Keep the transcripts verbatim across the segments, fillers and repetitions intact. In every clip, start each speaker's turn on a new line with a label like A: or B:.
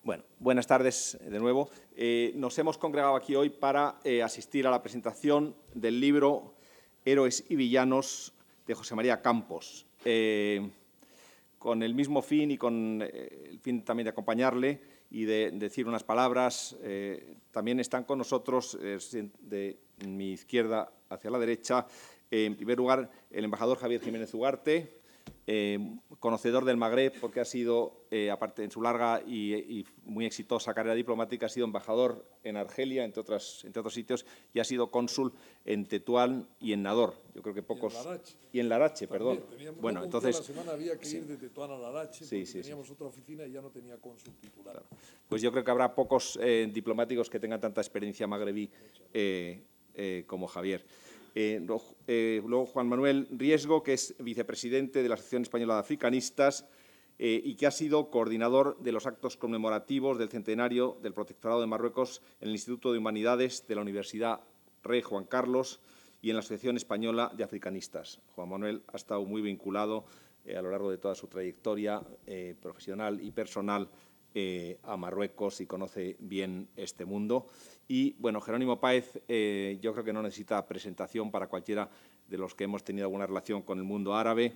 A: Bueno, buenas tardes de nuevo. Eh, nos hemos congregado aquí hoy para eh, asistir a la presentación del libro Héroes y Villanos de José María Campos, eh, con el mismo fin y con eh, el fin también de acompañarle y de, de decir unas palabras. Eh, también están con nosotros, eh, de mi izquierda hacia la derecha, eh, en primer lugar, el embajador Javier Jiménez Ugarte, Eh, conocedor del Magreb, porque ha sido, eh, aparte en su larga y, y muy exitosa carrera diplomática, ha sido embajador en Argelia, entre, otras, entre otros sitios, y ha sido cónsul en Tetuán y en Nador. Yo creo que pocos...
B: Y en Larache.
A: Y en Larache,
B: También,
A: perdón.
B: teníamos,
A: Bueno,
B: un
A: entonces...
B: día a la semana había que
A: sí.
B: ir de Tetuán a Larache,
A: sí,
B: porque
A: sí,
B: teníamos
A: sí.
B: otra oficina y ya no tenía cónsul titular.
A: Claro. Pues yo creo que habrá pocos eh, diplomáticos que tengan tanta experiencia magrebí eh, eh, como Javier. Eh, eh, luego Juan Manuel Riesgo, que es vicepresidente de la Asociación Española de Africanistas eh, y que ha sido coordinador de los actos conmemorativos del centenario del Protectorado de Marruecos en el Instituto de Humanidades de la Universidad Rey Juan Carlos y en la Asociación Española de Africanistas. Juan Manuel ha estado muy vinculado eh, a lo largo de toda su trayectoria eh, profesional y personal Eh, a Marruecos y conoce bien este mundo. Y, bueno, Jerónimo Páez eh, yo creo que no necesita presentación para cualquiera de los que hemos tenido alguna relación con el mundo árabe.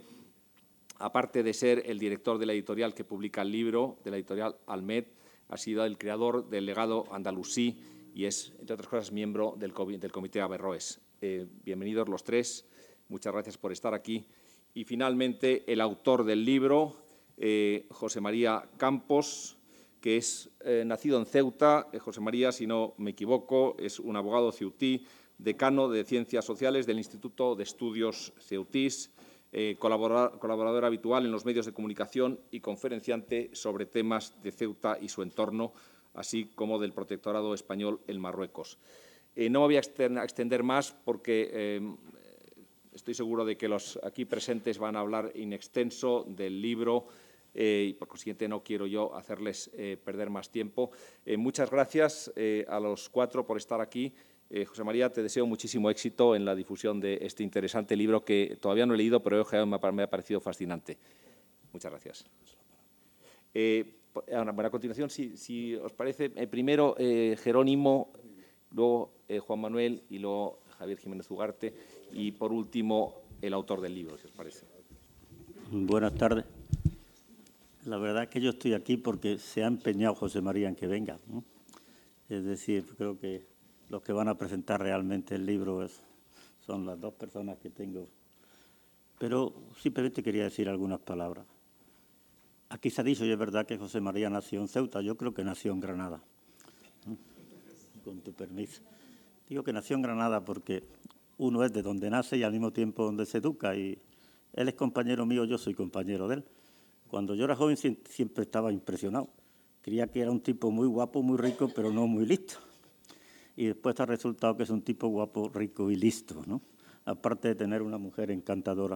A: Aparte de ser el director de la editorial que publica el libro, de la editorial Almed, ha sido el creador del legado andalusí y es, entre otras cosas, miembro del, del Comité Averroes. Eh, bienvenidos los tres. Muchas gracias por estar aquí. Y, finalmente, el autor del libro, eh, José María Campos, que es eh, nacido en Ceuta. Eh, José María, si no me equivoco, es un abogado ceutí, decano de Ciencias Sociales del Instituto de Estudios Ceutís, eh, colaborador, colaborador habitual en los medios de comunicación y conferenciante sobre temas de Ceuta y su entorno, así como del protectorado español en Marruecos. Eh, no me voy a extender más porque eh, estoy seguro de que los aquí presentes van a hablar in extenso del libro, Eh, y por consiguiente no quiero yo hacerles eh, perder más tiempo. Eh, muchas gracias eh, a los cuatro por estar aquí. Eh, José María, te deseo muchísimo éxito en la difusión de este interesante libro que todavía no he leído, pero me ha, me ha parecido fascinante. Muchas gracias. Eh, a continuación, si, si os parece, eh, primero eh, Jerónimo, luego eh, Juan Manuel y luego Javier Jiménez Ugarte y, por último, el autor del libro, si os parece.
C: Buenas tardes. La verdad es que yo estoy aquí porque se ha empeñado José María en que venga, ¿no? Es decir, creo que los que van a presentar realmente el libro es, son las dos personas que tengo. Pero simplemente quería decir algunas palabras. Aquí se ha dicho, y es verdad, que José María nació en Ceuta. Yo creo que nació en Granada, ¿no? Con tu permiso. Digo que nació en Granada porque uno es de donde nace y al mismo tiempo donde se educa. Y él es compañero mío, yo soy compañero de él. Cuando yo era joven siempre estaba impresionado. Creía que era un tipo muy guapo, muy rico, pero no muy listo. Y después ha resultado que es un tipo guapo, rico y listo, ¿no? Aparte de tener una mujer encantadora.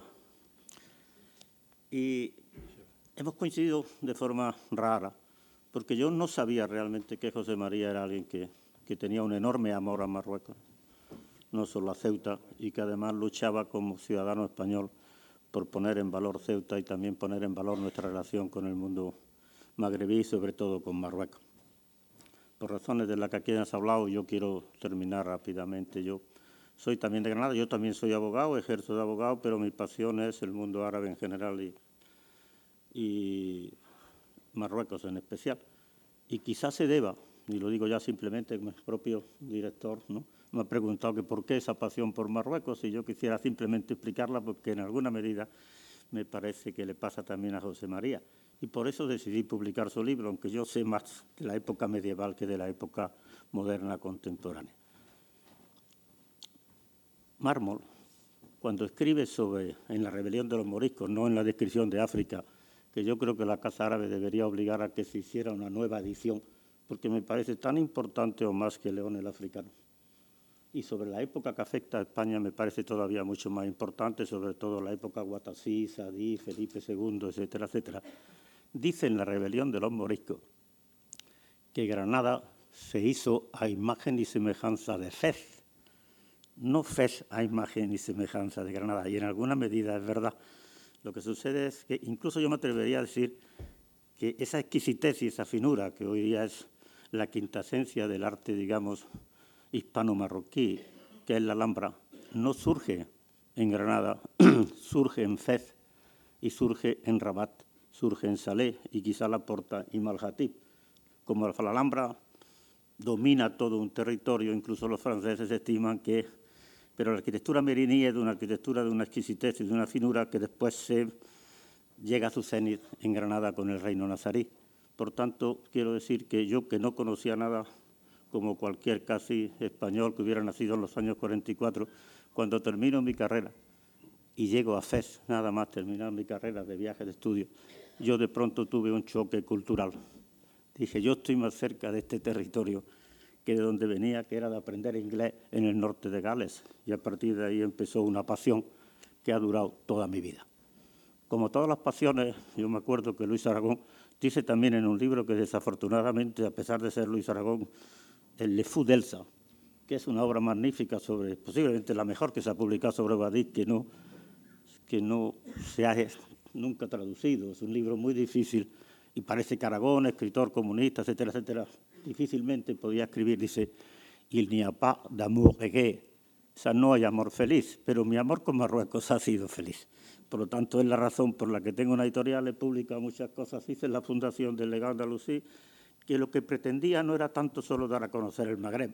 C: Y hemos coincidido de forma rara, porque yo no sabía realmente que José María era alguien que, que tenía un enorme amor a Marruecos, no solo a Ceuta, y que además luchaba como ciudadano español por poner en valor Ceuta y también poner en valor nuestra relación con el mundo magrebí y sobre todo con Marruecos. Por razones de las que aquí has hablado, yo quiero terminar rápidamente. Yo soy también de Granada, yo también soy abogado, ejerzo de abogado, pero mi pasión es el mundo árabe en general y, y Marruecos en especial. Y quizás se deba, y lo digo ya simplemente, mi propio director, ¿no?, me ha preguntado que por qué esa pasión por Marruecos, y yo quisiera simplemente explicarla porque en alguna medida me parece que le pasa también a José María. Y por eso decidí publicar su libro, aunque yo sé más de la época medieval que de la época moderna contemporánea. Mármol, cuando escribe sobre en la rebelión de los moriscos, no en la descripción de África, que yo creo que la Casa Árabe debería obligar a que se hiciera una nueva edición, porque me parece tan importante o más que León el Africano. Y sobre la época que afecta a España me parece todavía mucho más importante, sobre todo la época Guatasí, Sadí, Felipe segundo, etcétera, etcétera. Dice en la rebelión de los moriscos que Granada se hizo a imagen y semejanza de Fez, no Fez a imagen y semejanza de Granada. Y en alguna medida es verdad. Lo que sucede es que incluso yo me atrevería a decir que esa exquisitez y esa finura, que hoy día es la quintasencia del arte, digamos, hispano-marroquí, que es la Alhambra, no surge en Granada, surge en Fez y surge en Rabat, surge en Salé y quizá La Porta y Malhatib. Como la Alhambra domina todo un territorio, incluso los franceses estiman que... Pero la arquitectura meriní es de una arquitectura de una exquisitez y de una finura que después se llega a su cenit en Granada con el reino nazarí. Por tanto, quiero decir que yo, que no conocía nada, como cualquier casi español que hubiera nacido en los años cuarenta y cuatro, cuando termino mi carrera y llego a Fez, nada más terminar mi carrera de viaje de estudio, yo de pronto tuve un choque cultural. Dije, yo estoy más cerca de este territorio que de donde venía, que era de aprender inglés en el norte de Gales. Y a partir de ahí empezó una pasión que ha durado toda mi vida. Como todas las pasiones, yo me acuerdo que Luis Aragón dice también en un libro que desafortunadamente, a pesar de ser Luis Aragón, el Le Fou d'Elsa, que es una obra magnífica sobre, posiblemente la mejor que se ha publicado sobre Guadix, que no, que no se ha nunca traducido. Es un libro muy difícil y parece que Aragón, escritor comunista, etcétera, etcétera, difícilmente podía escribir. Dice, il n'y a pas d'amour gai, o sea, no hay amor feliz, pero mi amor con Marruecos ha sido feliz. Por lo tanto, es la razón por la que tengo una editorial, he publicado muchas cosas, hice la fundación del Legado Andalusí, que lo que pretendía no era tanto solo dar a conocer el Magreb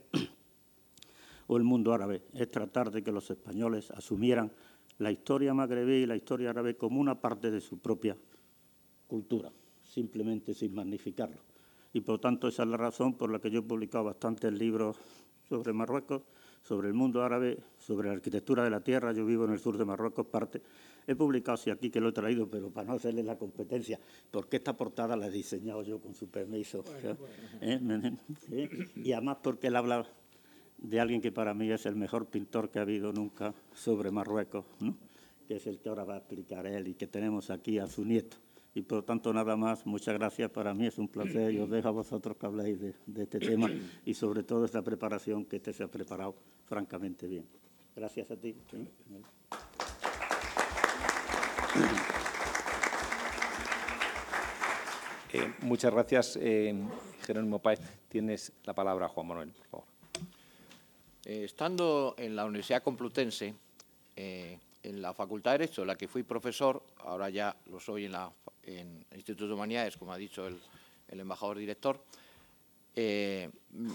C: o el mundo árabe, es tratar de que los españoles asumieran la historia magrebí y la historia árabe como una parte de su propia cultura, simplemente sin magnificarlo. Y por tanto, esa es la razón por la que yo he publicado bastantes libros sobre Marruecos, sobre el mundo árabe, sobre la arquitectura de la tierra. Yo vivo en el sur de Marruecos, parte. He publicado, sí, aquí que lo he traído, pero para no hacerle la competencia, porque esta portada la he diseñado yo con su permiso. Bueno, bueno. ¿Eh? ¿Eh? Y además porque él habla de alguien que para mí es el mejor pintor que ha habido nunca sobre Marruecos, ¿no? Que es el que ahora va a explicar él y que tenemos aquí a su nieto. Y por lo tanto, nada más, muchas gracias. Para mí es un placer y os dejo a vosotros que habléis de, de este tema y sobre todo esta preparación, que este se ha preparado francamente bien. Gracias a ti. ¿Sí?
A: Eh, muchas gracias, eh, Jerónimo Páez. Tienes la palabra, Juan Manuel, por favor.
D: Eh, estando en la Universidad Complutense, eh, en la Facultad de Derecho, en la que fui profesor, ahora ya lo soy en, la, en el Instituto de Humanidades, como ha dicho el, el embajador director, eh,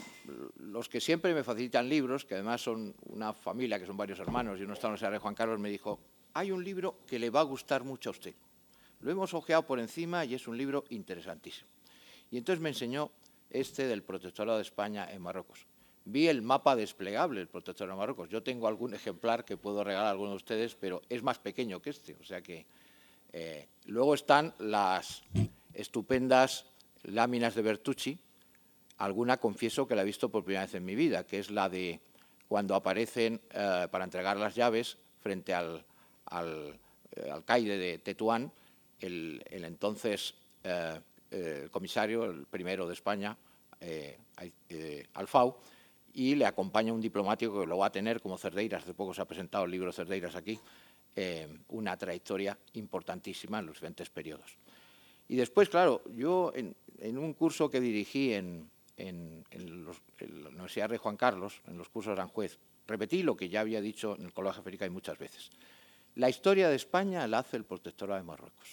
D: los que siempre me facilitan libros, que además son una familia, que son varios hermanos, y uno está en la Universidad de Juan Carlos, me dijo, hay un libro que le va a gustar mucho a usted. Lo hemos ojeado por encima y es un libro interesantísimo. Y entonces me enseñó este del Protectorado de España en Marruecos. Vi el mapa desplegable del Protectorado de Marruecos. Yo tengo algún ejemplar que puedo regalar a alguno de ustedes, pero es más pequeño que este. O sea que eh, luego están las estupendas láminas de Bertucci. Alguna confieso que la he visto por primera vez en mi vida, que es la de cuando aparecen eh, para entregar las llaves frente al, al eh, alcaide de Tetuán, el, el entonces eh, eh, comisario, el primero de España, eh, eh, Alfau, y le acompaña un diplomático que lo va a tener como Cerdeiras. Hace poco se ha presentado el libro Cerdeiras aquí, eh, una trayectoria importantísima en los diferentes periodos. Y después, claro, yo en, en un curso que dirigí en, en, en, los, en la Universidad de Juan Carlos, en los cursos de Aranjuez, repetí lo que ya había dicho en el Colegio Férica muchas veces. La historia de España la hace el Protectorado de Marruecos.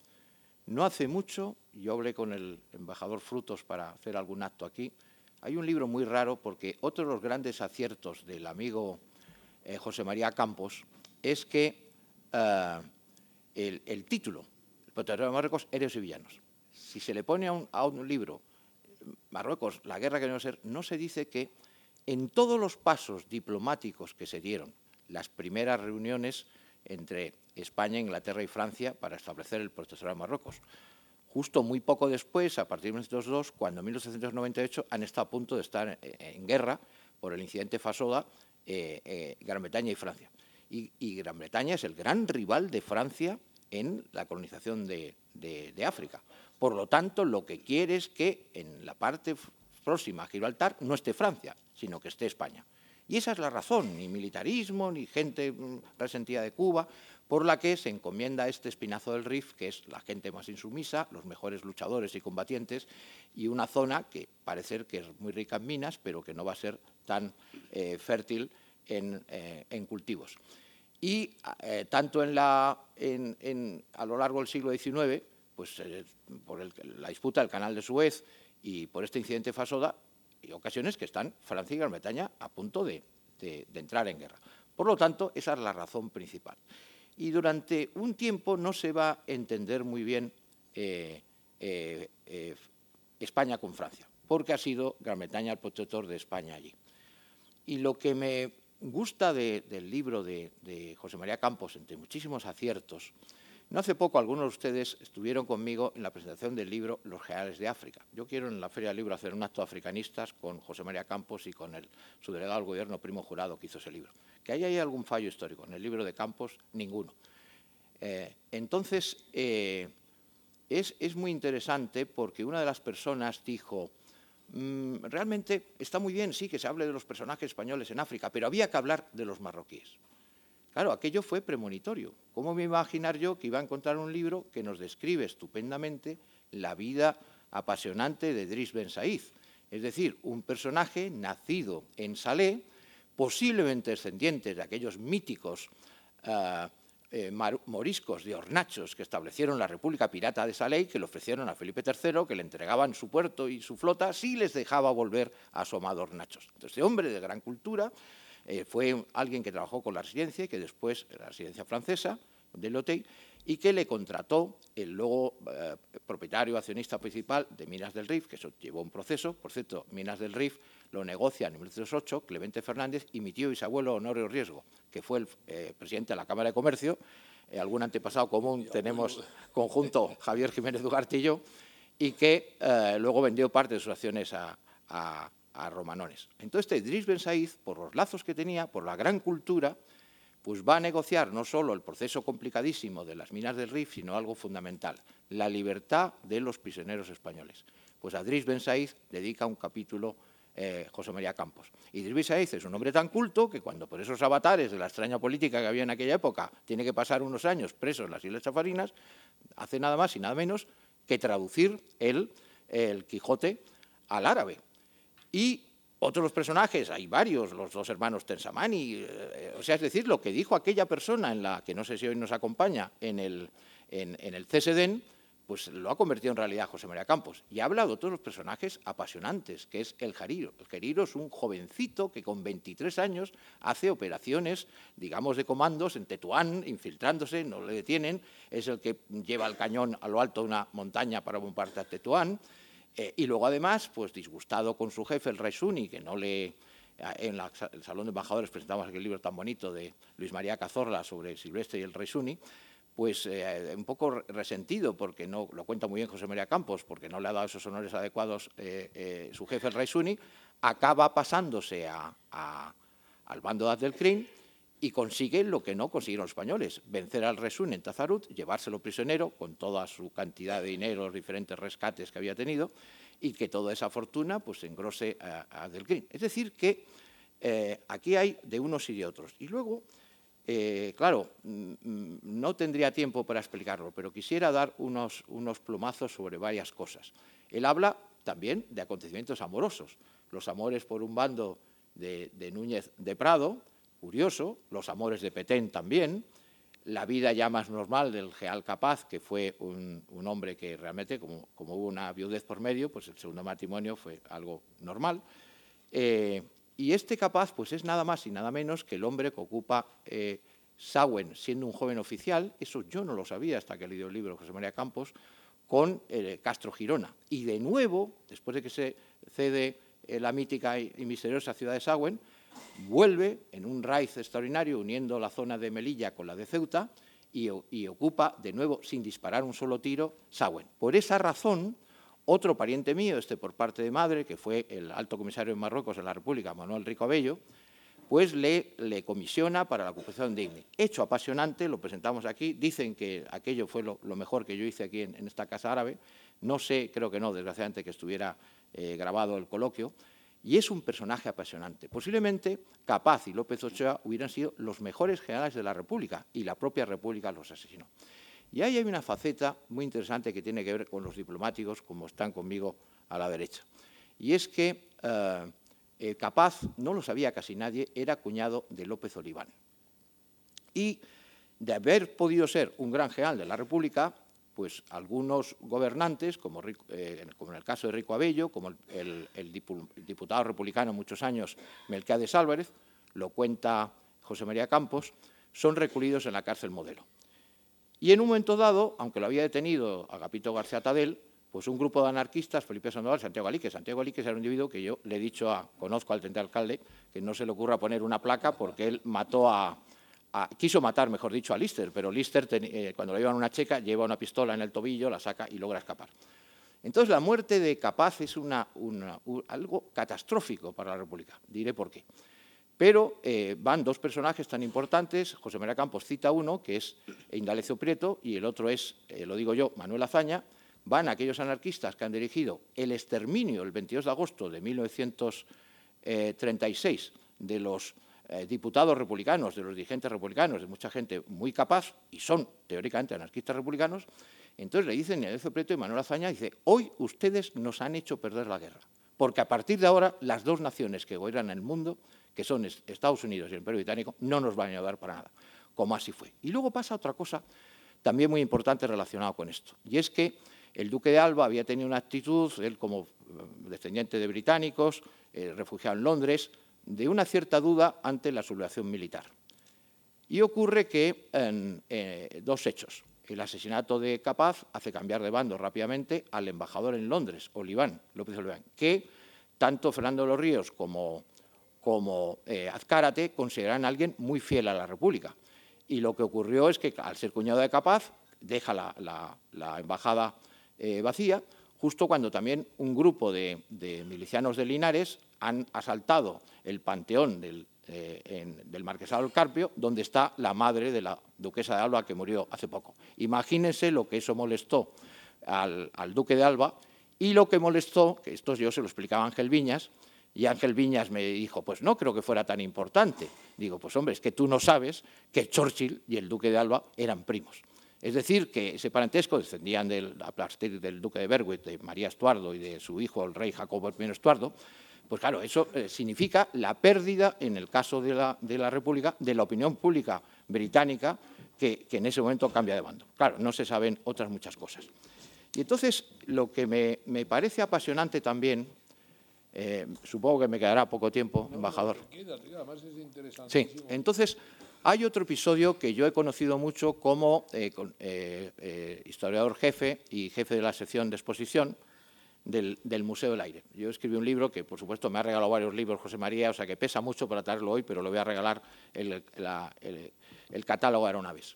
D: No hace mucho, yo hablé con el embajador Frutos para hacer algún acto aquí. Hay un libro muy raro porque otro de los grandes aciertos del amigo eh, José María Campos es que uh, el, el título, el Protectorado de Marruecos, Héroes y Villanos. Si se le pone a un, a un libro, Marruecos, la guerra que no ser, no se dice que en todos los pasos diplomáticos que se dieron, las primeras reuniones entre España, Inglaterra y Francia para establecer el Protectorado de Marruecos. Justo muy poco después, a partir de mil novecientos dos, cuando en mil ochocientos noventa y ocho han estado a punto de estar en, en guerra por el incidente Fasoda, eh, eh, Gran Bretaña y Francia. Y, y Gran Bretaña es el gran rival de Francia en la colonización de, de, de África. Por lo tanto, lo que quiere es que en la parte próxima a Gibraltar no esté Francia, sino que esté España. Y esa es la razón, ni militarismo, ni gente resentida de Cuba. por la que se encomienda este espinazo del Rif, que es la gente más insumisa, los mejores luchadores y combatientes, y una zona que parece que es muy rica en minas, pero que no va a ser tan eh, fértil en, eh, en cultivos. Y eh, tanto en la, en, en, a lo largo del siglo diecinueve, pues, eh, por el, la disputa del Canal de Suez y por este incidente Fasoda, hay ocasiones que están Francia y Gran Bretaña a punto de, de, de entrar en guerra. Por lo tanto, esa es la razón principal. Y durante un tiempo no se va a entender muy bien eh, eh, eh, España con Francia, porque ha sido Gran Bretaña el protector de España allí. Y lo que me gusta de, del libro de, de José María Campos, entre muchísimos aciertos, no hace poco algunos de ustedes estuvieron conmigo en la presentación del libro Los Generales de África. Yo quiero en la Feria del Libro hacer un acto de africanistas con José María Campos y con el subdelegado del Gobierno, Primo Jurado, que hizo ese libro. Que ahí hay algún fallo histórico. En el libro de Campos, ninguno. Eh, entonces, eh, es, es muy interesante porque una de las personas dijo, mmm, realmente está muy bien, sí, que se hable de los personajes españoles en África, pero había que hablar de los marroquíes. Claro, aquello fue premonitorio. ¿Cómo me iba a imaginar yo que iba a encontrar un libro que nos describe estupendamente la vida apasionante de Driss Ben Said? Es decir, un personaje nacido en Salé, posiblemente descendiente de aquellos míticos uh, eh, moriscos de hornachos que establecieron la República Pirata de Salé, que le ofrecieron a Felipe tercero, que le entregaban su puerto y su flota si les dejaba volver a su amado hornachos. Entonces, este hombre de gran cultura, Eh, fue alguien que trabajó con la residencia y que después, la residencia francesa, del hotel, y que le contrató el luego eh, propietario accionista principal de Minas del Rif, que eso llevó un proceso. Por cierto, Minas del Rif lo negocia en mil novecientos ocho Clemente Fernández y mi tío bisabuelo Honorio Riesgo, que fue el eh, presidente de la Cámara de Comercio. Eh, algún antepasado común tenemos conjunto, Javier Jiménez Ugarte y yo, y que eh, luego vendió parte de sus acciones a, a a romanones. Entonces, este Driss Ben Said, por los lazos que tenía, por la gran cultura, pues va a negociar no solo el proceso complicadísimo de las minas del Rif, sino algo fundamental, la libertad de los prisioneros españoles. Pues a Driss Ben Said dedica un capítulo eh, José María Campos. Y Driss Ben Said es un hombre tan culto que cuando por esos avatares de la extraña política que había en aquella época tiene que pasar unos años preso en las Islas Chafarinas, hace nada más y nada menos que traducir el, el Quijote al árabe. Y otros personajes, hay varios, los dos hermanos Tensamani, eh, o sea, es decir, lo que dijo aquella persona, en la que no sé si hoy nos acompaña, en el, en, en el C S D N, pues lo ha convertido en realidad José María Campos. Y habla de otros personajes apasionantes, que es el Jariro. El Jariro es un jovencito que con veintitrés años hace operaciones, digamos, de comandos en Tetuán, infiltrándose, no le detienen, es el que lleva el cañón a lo alto de una montaña para bombardear Tetuán. Eh, y luego, además, pues disgustado con su jefe, el rey Suni, que no le... En la, el Salón de Embajadores presentamos aquel libro tan bonito de Luis María Cazorla sobre Silvestre y el rey Suni, pues eh, un poco resentido, porque no lo cuenta muy bien José María Campos, porque no le ha dado esos honores adecuados eh, eh, su jefe, el rey Suni, acaba pasándose a, a, al bando de Abdelkrim y consigue lo que no consiguieron los españoles, vencer al rey Suni en Tazarut, llevárselo prisionero con toda su cantidad de dinero, los diferentes rescates que había tenido, y que toda esa fortuna pues engrose a, a Abdelkrim. Es decir, que eh, aquí hay de unos y de otros. Y luego, eh, claro, no tendría tiempo para explicarlo, pero quisiera dar unos, unos plumazos sobre varias cosas. Él habla también de acontecimientos amorosos. Los amores por un bando de, de Núñez de Prado, curioso, los amores de Petén también, la vida ya más normal del General Capaz, que fue un, un hombre que realmente, como, como hubo una viudez por medio, pues el segundo matrimonio fue algo normal. Eh, y este Capaz pues es nada más y nada menos que el hombre que ocupa eh, Sauen, siendo un joven oficial, eso yo no lo sabía hasta que leí el libro de José María Campos, con eh, Castro Girona. Y de nuevo, después de que se cede eh, la mítica y, y misteriosa ciudad de Sauen, vuelve en un raid extraordinario uniendo la zona de Melilla con la de Ceuta y, y ocupa de nuevo, sin disparar un solo tiro, Sauen. Por esa razón, otro pariente mío, este por parte de madre, que fue el alto comisario de Marruecos en la República, Manuel Rico Abello, pues le, le comisiona para la ocupación de Igni. Hecho apasionante, lo presentamos aquí, dicen que aquello fue lo, lo mejor que yo hice aquí en, en esta casa árabe, no sé, creo que no, desgraciadamente, que estuviera eh, grabado el coloquio. Y es un personaje apasionante. Posiblemente Capaz y López Ochoa hubieran sido los mejores generales de la República y la propia República los asesinó. Y ahí hay una faceta muy interesante que tiene que ver con los diplomáticos, como están conmigo a la derecha. Y es que eh, eh, Capaz, no lo sabía casi nadie, era cuñado de López Oliván. Y de haber podido ser un gran general de la República, pues algunos gobernantes, como, eh, como en el caso de Rico Abello, como el, el, el diputado republicano muchos años, Melquiades Álvarez, lo cuenta José María Campos, son recluidos en la cárcel Modelo. Y en un momento dado, aunque lo había detenido Agapito García Tadel, pues un grupo de anarquistas, Felipe Sandoval, Santiago Alíquez. Santiago Alíquez era un individuo que yo le he dicho, a, conozco al teniente alcalde, que no se le ocurra poner una placa porque él mató a... A, quiso matar, mejor dicho, a Lister, pero Lister, ten, eh, cuando le llevan una checa, lleva una pistola en el tobillo, la saca y logra escapar. Entonces, la muerte de Capaz es una, una, un, algo catastrófico para la República. Diré por qué. Pero eh, van dos personajes tan importantes. José María Campos cita uno, que es Indalecio Prieto, y el otro es, eh, lo digo yo, Manuel Azaña. Van aquellos anarquistas que han dirigido el exterminio el veintidós de agosto de mil novecientos treinta y seis de los Eh, diputados republicanos, de los dirigentes republicanos, de mucha gente muy capaz, y son teóricamente anarquistas republicanos. Entonces le dicen a Indalecio Prieto y Manuel Azaña, dice, hoy ustedes nos han hecho perder la guerra, porque a partir de ahora las dos naciones que gobiernan el mundo, que son Estados Unidos y el Imperio Británico, no nos van a ayudar para nada, como así fue. Y luego pasa otra cosa también muy importante relacionada con esto, y es que el duque de Alba había tenido una actitud, él como descendiente de británicos, eh, refugiado en Londres, de una cierta duda ante la sublevación militar. Y ocurre que en eh, dos hechos. El asesinato de Capaz hace cambiar de bando rápidamente al embajador en Londres, Oliván, López Oliván, que tanto Fernando de los Ríos como, como eh, Azcárate consideran a alguien muy fiel a la República. Y lo que ocurrió es que, al ser cuñado de Capaz, deja la, la, la embajada eh, vacía, justo cuando también un grupo de, de milicianos de Linares han asaltado el panteón del, eh, en, del Marquesado del Carpio, donde está la madre de la duquesa de Alba, que murió hace poco. Imagínense lo que eso molestó al, al duque de Alba y lo que molestó, que esto yo se lo explicaba a Ángel Viñas, y Ángel Viñas me dijo, pues no creo que fuera tan importante. Digo, pues hombre, es que tú no sabes que Churchill y el duque de Alba eran primos. Es decir, que ese parentesco descendían del, a partir del duque de Berwick, de María Estuardo y de su hijo, el rey Jacobo primero Estuardo. Pues claro, eso eh, significa la pérdida, en el caso de la, de la República, de la opinión pública británica, que, que en ese momento cambia de bando. Claro, no se saben otras muchas cosas. Y entonces, lo que me, me parece apasionante también, eh, supongo que me quedará poco tiempo, no, embajador.
B: No, quédate, además es interesantísimo.
D: Sí, entonces, hay otro episodio que yo he conocido mucho como eh, con, eh, eh, historiador jefe y jefe de la sección de exposición, Del, del Museo del Aire. Yo escribí un libro que, por supuesto, me ha regalado varios libros José María, o sea que pesa mucho para traerlo hoy, pero le voy a regalar el, la, el, el catálogo de aeronaves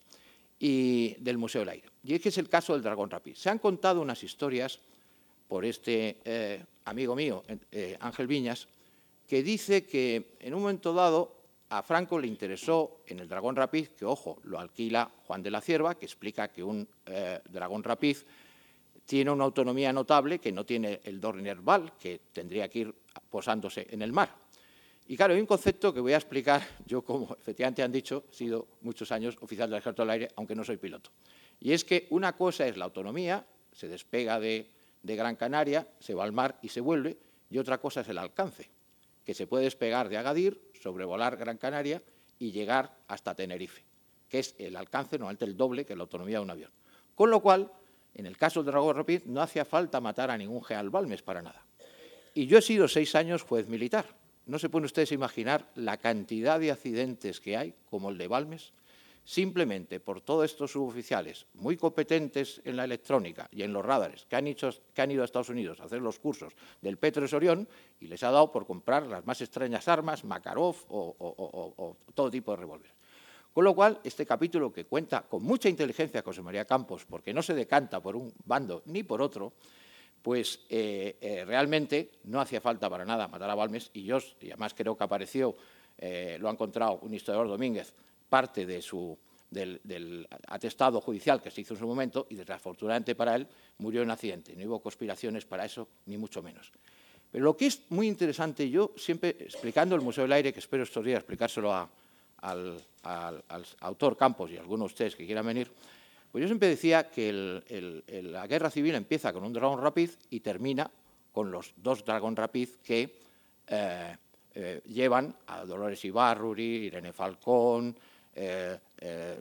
D: y del Museo del Aire. Y es que es el caso del Dragón Rapid. Se han contado unas historias por este eh, amigo mío, eh, Ángel Viñas, que dice que en un momento dado a Franco le interesó en el Dragón Rapid, que, ojo, lo alquila Juan de la Cierva, que explica que un eh, Dragón Rapid tiene una autonomía notable que no tiene el Dornier Val, que tendría que ir posándose en el mar. Y claro, hay un concepto que voy a explicar, yo como efectivamente han dicho, he sido muchos años oficial del Ejército del Aire, aunque no soy piloto. Y es que una cosa es la autonomía, se despega de, de Gran Canaria, se va al mar y se vuelve, y otra cosa es el alcance, que se puede despegar de Agadir, sobrevolar Gran Canaria y llegar hasta Tenerife, que es el alcance normalmente el doble que la autonomía de un avión. Con lo cual, en el caso del Dragón Rapid no hacía falta matar a ningún general Balmes para nada. Y yo he sido seis años juez militar. No se pueden ustedes imaginar la cantidad de accidentes que hay, como el de Balmes, simplemente por todos estos suboficiales muy competentes en la electrónica y en los radares que han, hecho, que han ido a Estados Unidos a hacer los cursos del Petro Orión y les ha dado por comprar las más extrañas armas, Makarov o, o, o, o todo tipo de revólveres. Con lo cual, este capítulo, que cuenta con mucha inteligencia José María Campos, porque no se decanta por un bando ni por otro, pues eh, eh, realmente no hacía falta para nada matar a Balmes, y yo, y además creo que apareció, eh, lo ha encontrado un historiador Domínguez, parte de su, del, del atestado judicial que se hizo en su momento, y desafortunadamente para él murió en accidente. No hubo conspiraciones para eso, ni mucho menos. Pero lo que es muy interesante, yo siempre explicando el Museo del Aire, que espero estos días explicárselo a, al, al, al autor Campos y a algunos de ustedes que quieran venir, pues yo siempre decía que el, el, el, la guerra civil empieza con un dragón rapid y termina con los dos dragón rapid que eh, eh, llevan a Dolores Ibarruri, Irene Falcón, eh, eh,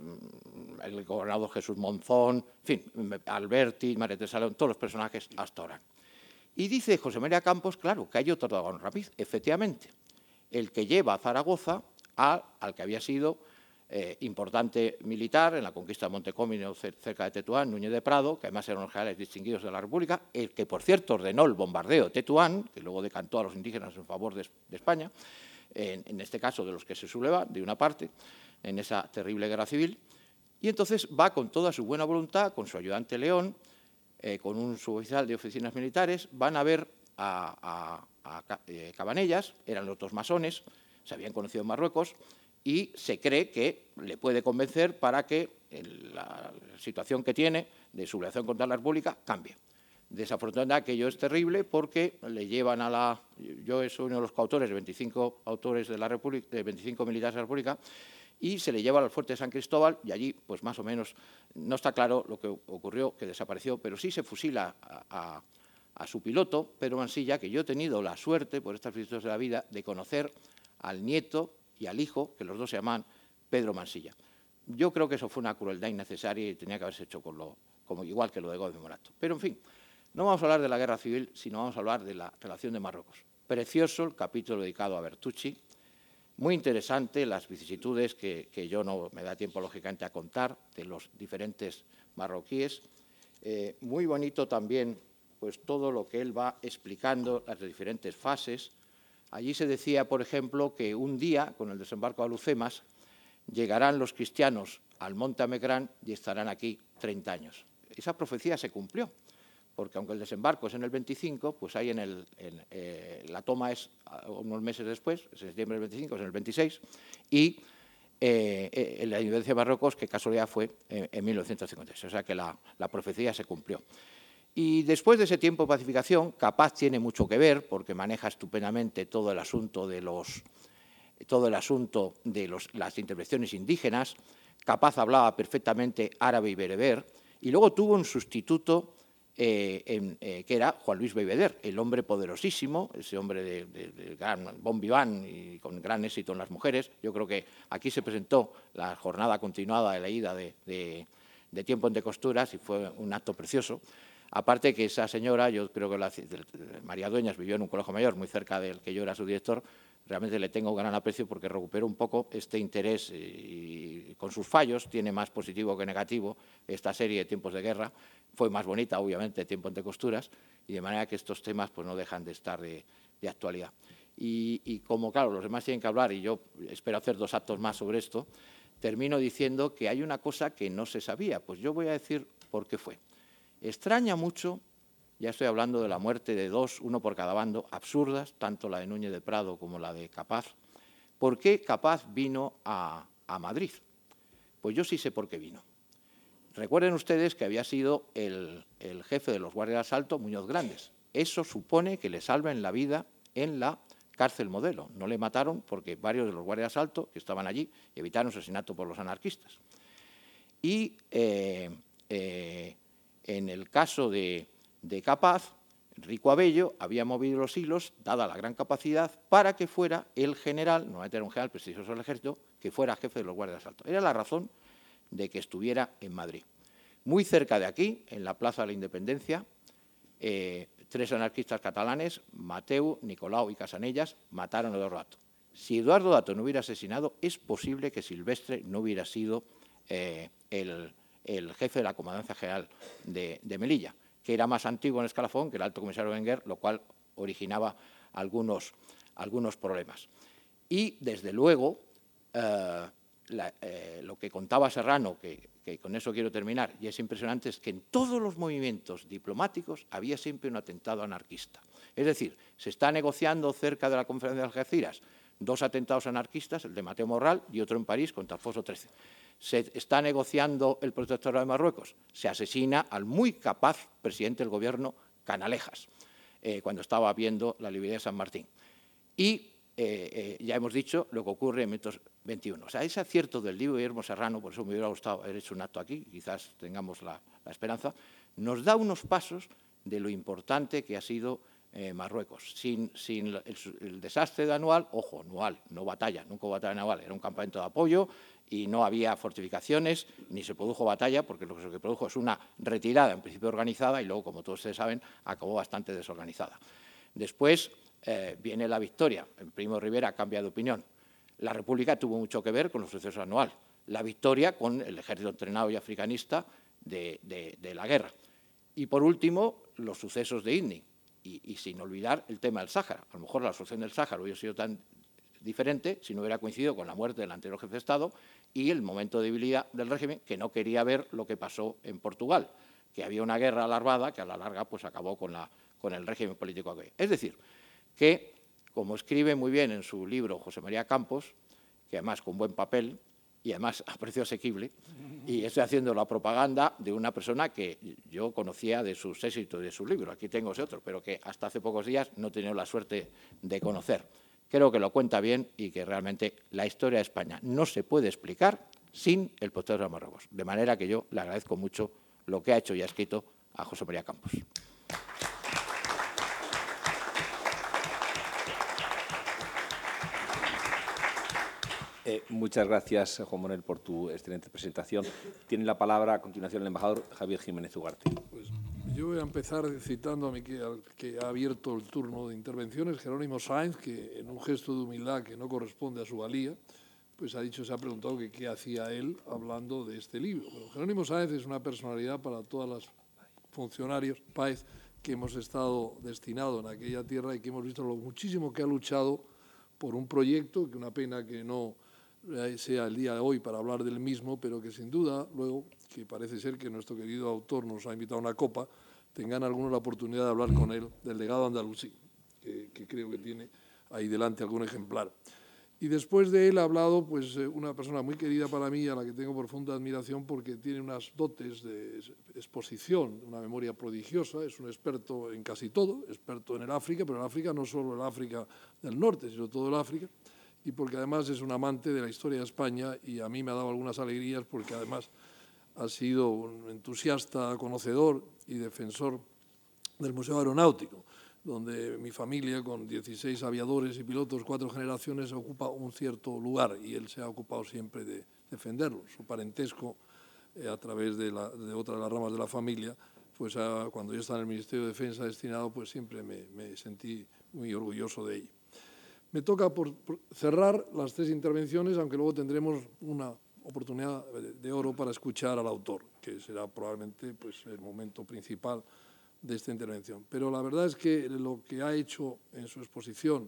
D: el gobernador Jesús Monzón, en fin, Alberti, María Teresa León, todos los personajes hasta ahora. Y dice José María Campos, claro, que hay otro dragón rapid, efectivamente, el que lleva a Zaragoza a, al que había sido eh, importante militar en la conquista de Montecómino, cerca de Tetuán, Núñez de Prado, que además eran los generales distinguidos de la República, el que, por cierto, ordenó el bombardeo de Tetuán, que luego decantó a los indígenas en favor de, de España, en, en este caso de los que se sublevan, de una parte, en esa terrible guerra civil, y entonces va con toda su buena voluntad, con su ayudante León, eh, con un suboficial de oficinas militares, van a ver a, a, a eh, Cabanellas, eran los dos masones, se habían conocido en Marruecos, y se cree que le puede convencer para que el, la situación que tiene de sublevación contra la República cambie. Desafortunadamente aquello es terrible porque le llevan a la... Yo soy uno de los coautores de veinticinco autores de la República, de veinticinco militares de la República, y se le lleva al fuerte de San Cristóbal y allí, pues más o menos, no está claro lo que ocurrió, que desapareció, pero sí se fusila a, a, a su piloto, Pedro Mansilla, que yo he tenido la suerte, por estas vicisitudes de la vida, de conocer al nieto y al hijo, que los dos se llaman Pedro Mansilla. Yo creo que eso fue una crueldad innecesaria y tenía que haberse hecho con lo, como igual que lo de Gómez Morato. Pero, en fin, no vamos a hablar de la guerra civil, sino vamos a hablar de la relación de Marruecos. Precioso el capítulo dedicado a Bertucci, muy interesante las vicisitudes que, que yo no me da tiempo, lógicamente, a contar de los diferentes marroquíes. Eh, muy bonito también pues, todo lo que él va explicando, las diferentes fases. Allí se decía, por ejemplo, que un día, con el desembarco de Alucemas, llegarán los cristianos al monte Amegrán y estarán aquí treinta años. Esa profecía se cumplió, porque aunque el desembarco es en el veinticinco, pues ahí en, el, en eh, la toma es unos meses después, es en septiembre del veinticinco, es en el veintiséis, y eh, eh, la independencia de Marruecos, que casualidad fue eh, en mil novecientos cincuenta y seis, o sea que la, la profecía se cumplió. Y después de ese tiempo de pacificación, Capaz tiene mucho que ver, porque maneja estupendamente todo el asunto de, los, todo el asunto de los, las intervenciones indígenas. Capaz hablaba perfectamente árabe y bereber, y luego tuvo un sustituto Eh, en, eh, que era Juan Luis Bebeder, el hombre poderosísimo, ese hombre de, de, de gran bon vivant y con gran éxito en las mujeres. Yo creo que aquí se presentó la jornada continuada de la ida de, de, de Tiempo entre Costuras y fue un acto precioso. Aparte que esa señora, yo creo que la, María Dueñas vivió en un colegio mayor muy cerca del que yo era su director, realmente le tengo gran aprecio porque recuperó un poco este interés y, y con sus fallos, tiene más positivo que negativo esta serie de Tiempos de Guerra. Fue más bonita, obviamente, Tiempo entre Costuras, y de manera que estos temas pues, no dejan de estar de, de actualidad. Y, y como, claro, los demás tienen que hablar, y yo espero hacer dos actos más sobre esto, termino diciendo que hay una cosa que no se sabía. Pues yo voy a decir por qué fue. Extraña mucho, ya estoy hablando de la muerte de dos, uno por cada bando, absurdas, tanto la de Núñez de Prado como la de Capaz. ¿Por qué Capaz vino a, a Madrid? Pues yo sí sé por qué vino. Recuerden ustedes que había sido el, el jefe de los guardias de asalto, Muñoz Grandes. Eso supone que le salven la vida en la cárcel Modelo. No le mataron porque varios de los guardias de asalto que estaban allí evitaron asesinato por los anarquistas. Y eh, eh, en el caso de, de Capaz, Rico Abello había movido los hilos, dada la gran capacidad, para que fuera el general, no era un general prestigioso del ejército, que fuera jefe de los guardias de asalto. Era la razón de que estuviera en Madrid. Muy cerca de aquí, en la Plaza de la Independencia, eh, tres anarquistas catalanes, Mateu, Nicolau y Casanellas, mataron a Eduardo Dato. Si Eduardo Dato no hubiera asesinado, es posible que Silvestre no hubiera sido eh, el, el jefe de la Comandancia General de, de Melilla, que era más antiguo en escalafón que el alto comisario Wenger, lo cual originaba algunos, algunos problemas. Y, desde luego, eh, La, eh, lo que contaba Serrano, que, que con eso quiero terminar, y es impresionante, es que en todos los movimientos diplomáticos había siempre un atentado anarquista. Es decir, se está negociando cerca de la conferencia de Algeciras dos atentados anarquistas, el de Mateo Morral y otro en París contra Alfonso trece. Se está negociando el protectorado de Marruecos, se asesina al muy capaz presidente del gobierno, Canalejas. eh, cuando estaba viendo la librería de San Martín. Y eh, eh, ya hemos dicho lo que ocurre en mil novecientos veintiuno. O sea, ese acierto del libro de Guillermo Serrano, por eso me hubiera gustado haber hecho un acto aquí, quizás tengamos la, la esperanza, nos da unos pasos de lo importante que ha sido eh, Marruecos. Sin, sin el, el desastre de Anual, ojo, Anual, no batalla, nunca hubo batalla en Anual, era un campamento de apoyo y no había fortificaciones, ni se produjo batalla, porque lo que se produjo es una retirada, en principio organizada, y luego, como todos ustedes saben, acabó bastante desorganizada. Después eh, viene la victoria. El Primo Rivera cambia de opinión. La República tuvo mucho que ver con los sucesos Anual. La victoria con el ejército entrenado y africanista de, de, de la guerra. Y, por último, los sucesos de Idni. Y, y sin olvidar el tema del Sáhara. A lo mejor la solución del Sáhara hubiera sido tan diferente si no hubiera coincidido con la muerte del anterior jefe de Estado y el momento de debilidad del régimen, que no quería ver lo que pasó en Portugal, que había una guerra alarmada que a la larga pues, acabó con, la, con el régimen político aquel. Es decir, que, como escribe muy bien en su libro José María Campos, que además con buen papel y además a precio asequible, y estoy haciendo la propaganda de una persona que yo conocía de sus éxitos y de su libro, aquí tengo ese otro, pero que hasta hace pocos días no he tenido la suerte de conocer. Creo que lo cuenta bien y que realmente la historia de España no se puede explicar sin el Protectorado de Marruecos. De manera que yo le agradezco mucho lo que ha hecho y ha escrito a José María Campos.
A: Eh, muchas gracias, Juan Manuel, por tu excelente presentación. Tiene la palabra a continuación el embajador Javier Jiménez Ugarte.
B: Pues yo voy a empezar citando a mi que, al que ha abierto el turno de intervenciones, Jerónimo Sáenz, que en un gesto de humildad que no corresponde a su valía, pues ha dicho, se ha preguntado que qué hacía él hablando de este libro. Bueno, Jerónimo Sáenz es una personalidad para todas las funcionarios, Páez, que hemos estado destinados en aquella tierra y que hemos visto lo muchísimo que ha luchado por un proyecto, que una pena que no sea el día de hoy para hablar del mismo, pero que sin duda, luego, que parece ser que nuestro querido autor nos ha invitado a una copa, tengan algunos la oportunidad de hablar con él del legado andalusí, que, que creo que tiene ahí delante algún ejemplar. Y después de él ha hablado pues, una persona muy querida para mí, a la que tengo profunda admiración porque tiene unas dotes de exposición, una memoria prodigiosa, es un experto en casi todo, experto en el África, pero el África no solo el África del norte, sino todo el África, y porque además es un amante de la historia de España y a mí me ha dado algunas alegrías porque además ha sido un entusiasta, conocedor y defensor del Museo Aeronáutico, donde mi familia, con dieciséis aviadores y pilotos, cuatro generaciones, ocupa un cierto lugar y él se ha ocupado siempre de defenderlo. Su parentesco, eh, a través de, la, de otra de las ramas de la familia, pues a, cuando yo estaba en el Ministerio de Defensa destinado, pues siempre me, me sentí muy orgulloso de ello. Me toca por, por cerrar las tres intervenciones, aunque luego tendremos una oportunidad de oro para escuchar al autor, que será probablemente pues, el momento principal de esta intervención. Pero la verdad es que lo que ha hecho en su exposición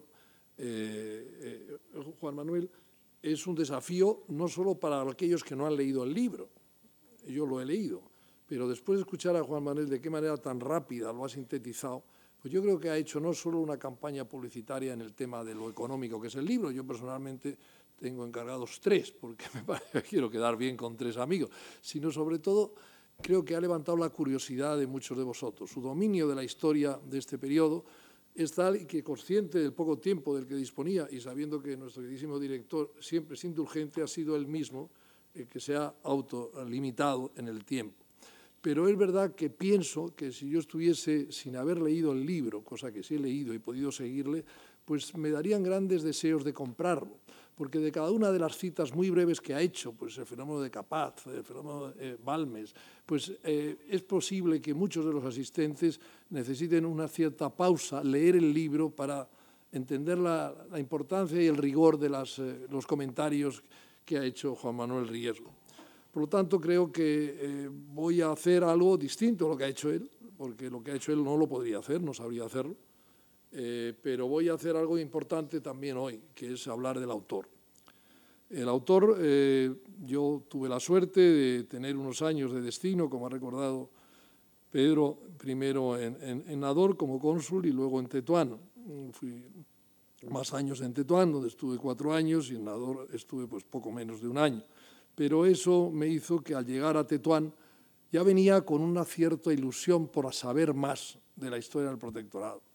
B: eh, eh, Juan Manuel es un desafío no solo para aquellos que no han leído el libro, yo lo he leído, pero después de escuchar a Juan Manuel de qué manera tan rápida lo ha sintetizado, pues yo creo que ha hecho no solo una campaña publicitaria en el tema de lo económico que es el libro, yo personalmente tengo encargados tres, porque me parece que quiero quedar bien con tres amigos, sino sobre todo creo que ha levantado la curiosidad de muchos de vosotros. Su dominio de la historia de este periodo es tal y que, consciente del poco tiempo del que disponía y sabiendo que nuestro queridísimo director siempre es indulgente, ha sido él mismo el que se ha autolimitado en el tiempo. Pero es verdad que pienso que si yo estuviese sin haber leído el libro, cosa que sí he leído y podido seguirle, pues me darían grandes deseos de comprarlo, porque de cada una de las citas muy breves que ha hecho, pues el fenómeno de Capaz, el fenómeno de eh, Balmes, pues eh, es posible que muchos de los asistentes necesiten una cierta pausa, leer el libro para entender la, la importancia y el rigor de las, eh, los comentarios que ha hecho Juan Manuel Riesgo. Por lo tanto, creo que eh, voy a hacer algo distinto a lo que ha hecho él, porque lo que ha hecho él no lo podría hacer, no sabría hacerlo, eh, pero voy a hacer algo importante también hoy, que es hablar del autor. El autor, eh, yo tuve la suerte de tener unos años de destino, como ha recordado Pedro, primero en, en, en Nador como cónsul y luego en Tetuán. Fui más años en Tetuán, donde estuve cuatro años, y en Nador estuve pues poco menos de un año. Pero eso me hizo que al llegar a Tetuán ya venía con una cierta ilusión por saber más de la historia del protectorado.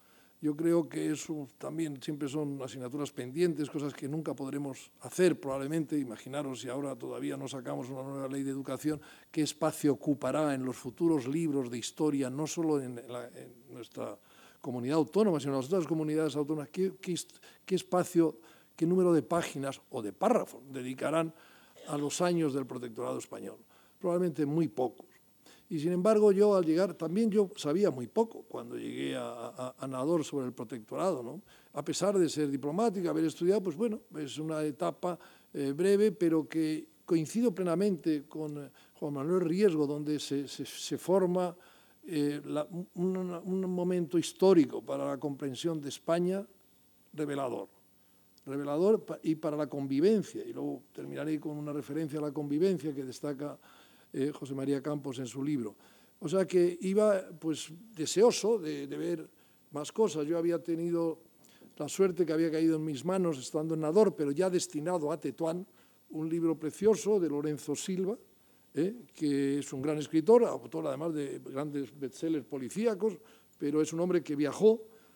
B: Yo creo que eso también siempre son asignaturas pendientes, cosas que nunca podremos hacer probablemente. Imaginaros si ahora todavía no sacamos una nueva ley de educación, qué espacio ocupará en los futuros libros de historia, no solo en, la, en nuestra comunidad autónoma, sino en las otras comunidades autónomas, qué, qué, qué espacio, qué número de páginas o de párrafos dedicarán a los años del protectorado español. Probablemente muy pocos. Y sin embargo, yo al llegar, también yo sabía muy poco cuando llegué a, a, a Nador sobre el protectorado, ¿no? A pesar de ser diplomática, haber estudiado, pues bueno, es una etapa eh, breve, pero que coincido plenamente con eh, Juan Manuel Riesgo, donde se, se, se forma eh, la, un, un momento histórico para la comprensión de España revelador. Revelador y para la convivencia, y luego terminaré con una referencia a la convivencia que destaca Eh, José María Campos en su libro. O sea que iba pues deseoso de, de ver más cosas. Yo había tenido la suerte que había caído en mis manos estando en Nador, pero ya destinado a Tetuán, un libro precioso de Lorenzo Silva, eh, que es un gran escritor, autor además de grandes bestsellers policíacos, pero es un hombre que viajó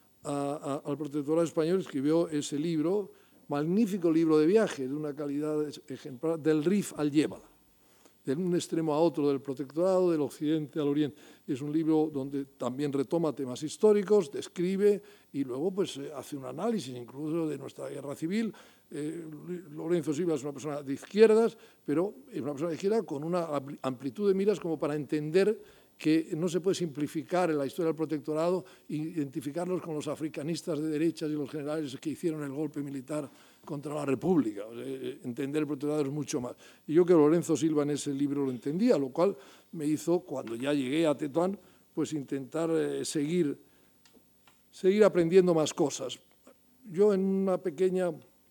B: a, a, al protectorado español, escribió ese libro, magnífico libro de viaje, de una calidad ejemplar, del Rif al Llévala, de un extremo a otro del protectorado, del occidente al oriente. Es un libro donde también retoma temas históricos, describe y luego pues hace un análisis incluso de nuestra guerra civil. Eh, Lorenzo Silva es una persona de izquierdas, pero es una persona de izquierda con una amplitud de miras como para entender que no se puede simplificar en la historia del protectorado e identificarlos con los africanistas de derechas y los generales que hicieron el golpe militar contra la República. O sea, entender el protectorado es mucho más. Y yo que Lorenzo Silva en ese libro lo entendía, lo cual me hizo, cuando ya llegué a Tetuán, pues intentar eh, seguir, seguir aprendiendo más cosas. Yo en una pequeña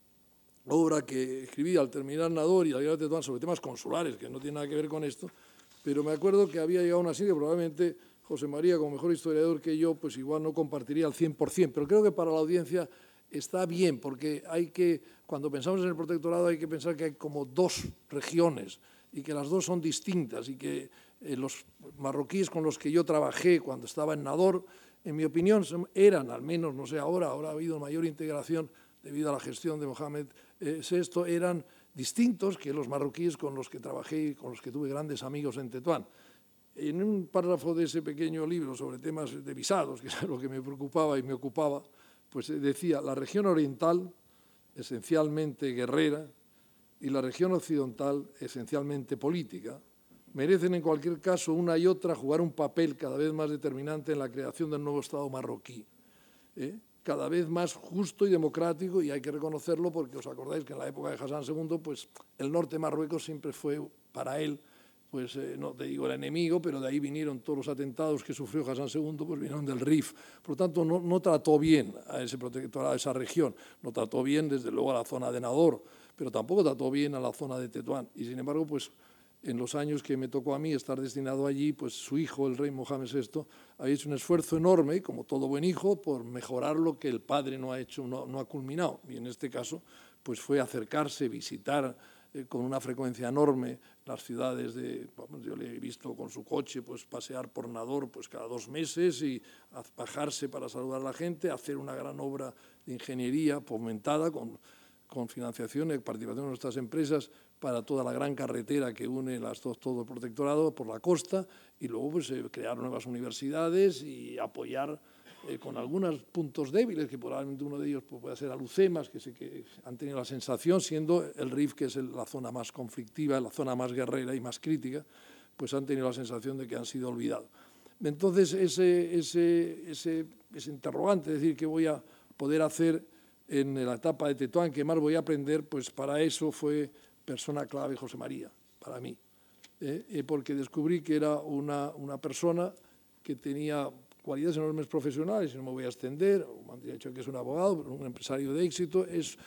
B: obra que escribí al terminar Nador y al llegar a Tetuán sobre temas consulares, que no tiene nada que ver con esto, pero me acuerdo que había llegado a una sitio que probablemente José María, como mejor historiador que yo, pues igual no compartiría al cien por cien, pero creo que para la audiencia está bien, porque hay que, cuando pensamos en el protectorado hay que pensar que hay como dos regiones y que las dos son distintas y que eh, los marroquíes con los que yo trabajé cuando estaba en Nador, en mi opinión, eran, al menos, no sé ahora, ahora ha habido mayor integración debido a la gestión de Mohamed eh, sexto, eran distintos que los marroquíes con los que trabajé y con los que tuve grandes amigos en Tetuán. En un párrafo de ese pequeño libro sobre temas de visados, que es lo que me preocupaba y me ocupaba, pues decía, la región oriental, esencialmente guerrera, y la región occidental, esencialmente política, merecen en cualquier caso una y otra jugar un papel cada vez más determinante en la creación del nuevo Estado marroquí, ¿eh? cada vez más justo y democrático, y hay que reconocerlo porque os acordáis que en la época de Hassan segundo, pues el norte de Marruecos siempre fue para él, pues eh, no te digo el enemigo, pero de ahí vinieron todos los atentados que sufrió Hassan segundo, pues vinieron del Rif. Por lo tanto, no, no trató bien a ese protectorado, a esa región, no trató bien desde luego a la zona de Nador, pero tampoco trató bien a la zona de Tetuán. Y sin embargo, pues en los años que me tocó a mí estar destinado allí, pues su hijo, el rey Mohamed sexto, había hecho un esfuerzo enorme, como todo buen hijo, por mejorar lo que el padre no ha hecho, no, no ha culminado. Y en este caso, pues fue acercarse, visitar eh, con una frecuencia enorme las ciudades de, bueno, yo le he visto con su coche, pues pasear por Nador, pues cada dos meses y bajarse para saludar a la gente, hacer una gran obra de ingeniería fomentada con, con financiación y participación de nuestras empresas para toda la gran carretera que une las dos, todo el protectorado por la costa, y luego pues, eh, crear nuevas universidades y apoyar eh, con algunos puntos débiles, que probablemente uno de ellos pues, pueda ser Alucemas, que sé que han tenido la sensación, siendo el Rif, que es el, la zona más conflictiva, la zona más guerrera y más crítica, pues han tenido la sensación de que han sido olvidados. Entonces, ese, ese, ese, ese interrogante, es decir, ¿qué voy a poder hacer en la etapa de Tetuán? ¿Qué más voy a aprender? Pues para eso fue persona clave José María, para mí, ¿eh? porque descubrí que era una, una persona que tenía cualidades enormes profesionales, y no me voy a extender, me han dicho que es un abogado, pero un empresario de éxito, es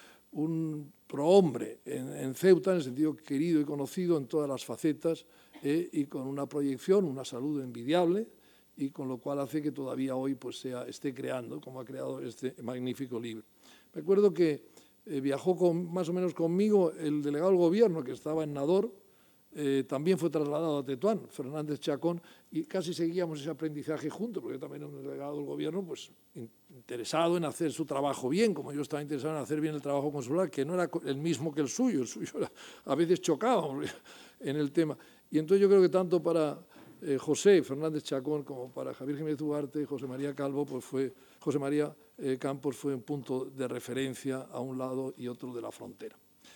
B: un prohombre en, en Ceuta, en el sentido querido y conocido en todas las facetas, ¿eh? y con una proyección, una salud envidiable, y con lo cual hace que todavía hoy pues, sea, esté creando, como ha creado este magnífico libro. Me acuerdo que Eh, viajó con, más o menos conmigo el delegado del gobierno que estaba en Nador, eh, también fue trasladado a Tetuán, Fernández Chacón, y casi seguíamos ese aprendizaje juntos, porque yo también era un delegado del gobierno, pues interesado en hacer su trabajo bien, como yo estaba interesado en hacer bien el trabajo consular, que no era el mismo que el suyo, el suyo era, a veces chocábamos en el tema. Y entonces yo creo que tanto para eh, José Fernández Chacón como para Javier Jiménez Ugarte, José María Calvo, pues fue, José María eh, Campos fue un punto de referencia a un lado y otro de la frontera.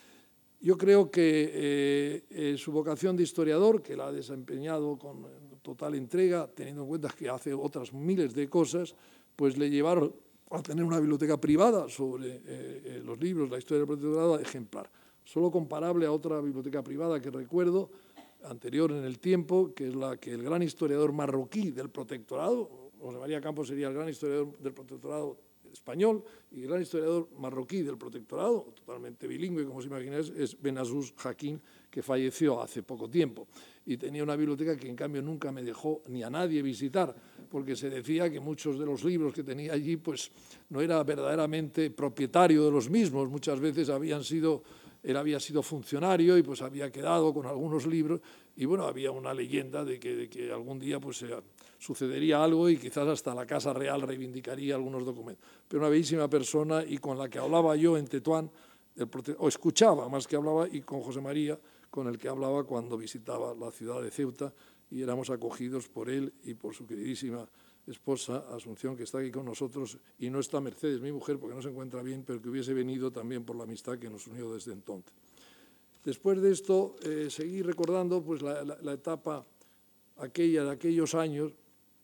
B: Yo creo que eh, eh, su vocación de historiador, que la ha desempeñado con total entrega, teniendo en cuenta que hace otras miles de cosas, pues le llevaron a tener una biblioteca privada sobre eh, eh, los libros, la historia del protectorado, ejemplar. Solo comparable a otra biblioteca privada que recuerdo, anterior en el tiempo, que es la que el gran historiador marroquí del protectorado, José María Campos sería el gran historiador del protectorado español, y el gran historiador marroquí del protectorado, totalmente bilingüe, como os imagináis, es Benazouz Hakim, que falleció hace poco tiempo. Y tenía una biblioteca que, en cambio, nunca me dejó ni a nadie visitar, porque se decía que muchos de los libros que tenía allí pues, no era verdaderamente propietario de los mismos. Muchas veces habían sido, él había sido funcionario y pues, había quedado con algunos libros. Y bueno, había una leyenda de que, de que algún día pues, se, sucedería algo y quizás hasta la Casa Real reivindicaría algunos documentos. Pero una bellísima persona, y con la que hablaba yo en Tetuán, el, o escuchaba más que hablaba, y con José María, con el que hablaba cuando visitaba la ciudad de Ceuta, y éramos acogidos por él y por su queridísima esposa Asunción, que está aquí con nosotros, y no está Mercedes, mi mujer, porque no se encuentra bien, pero que hubiese venido también por la amistad que nos unió desde entonces. Después de esto, eh, seguí recordando pues, la, la, la etapa aquella de aquellos años,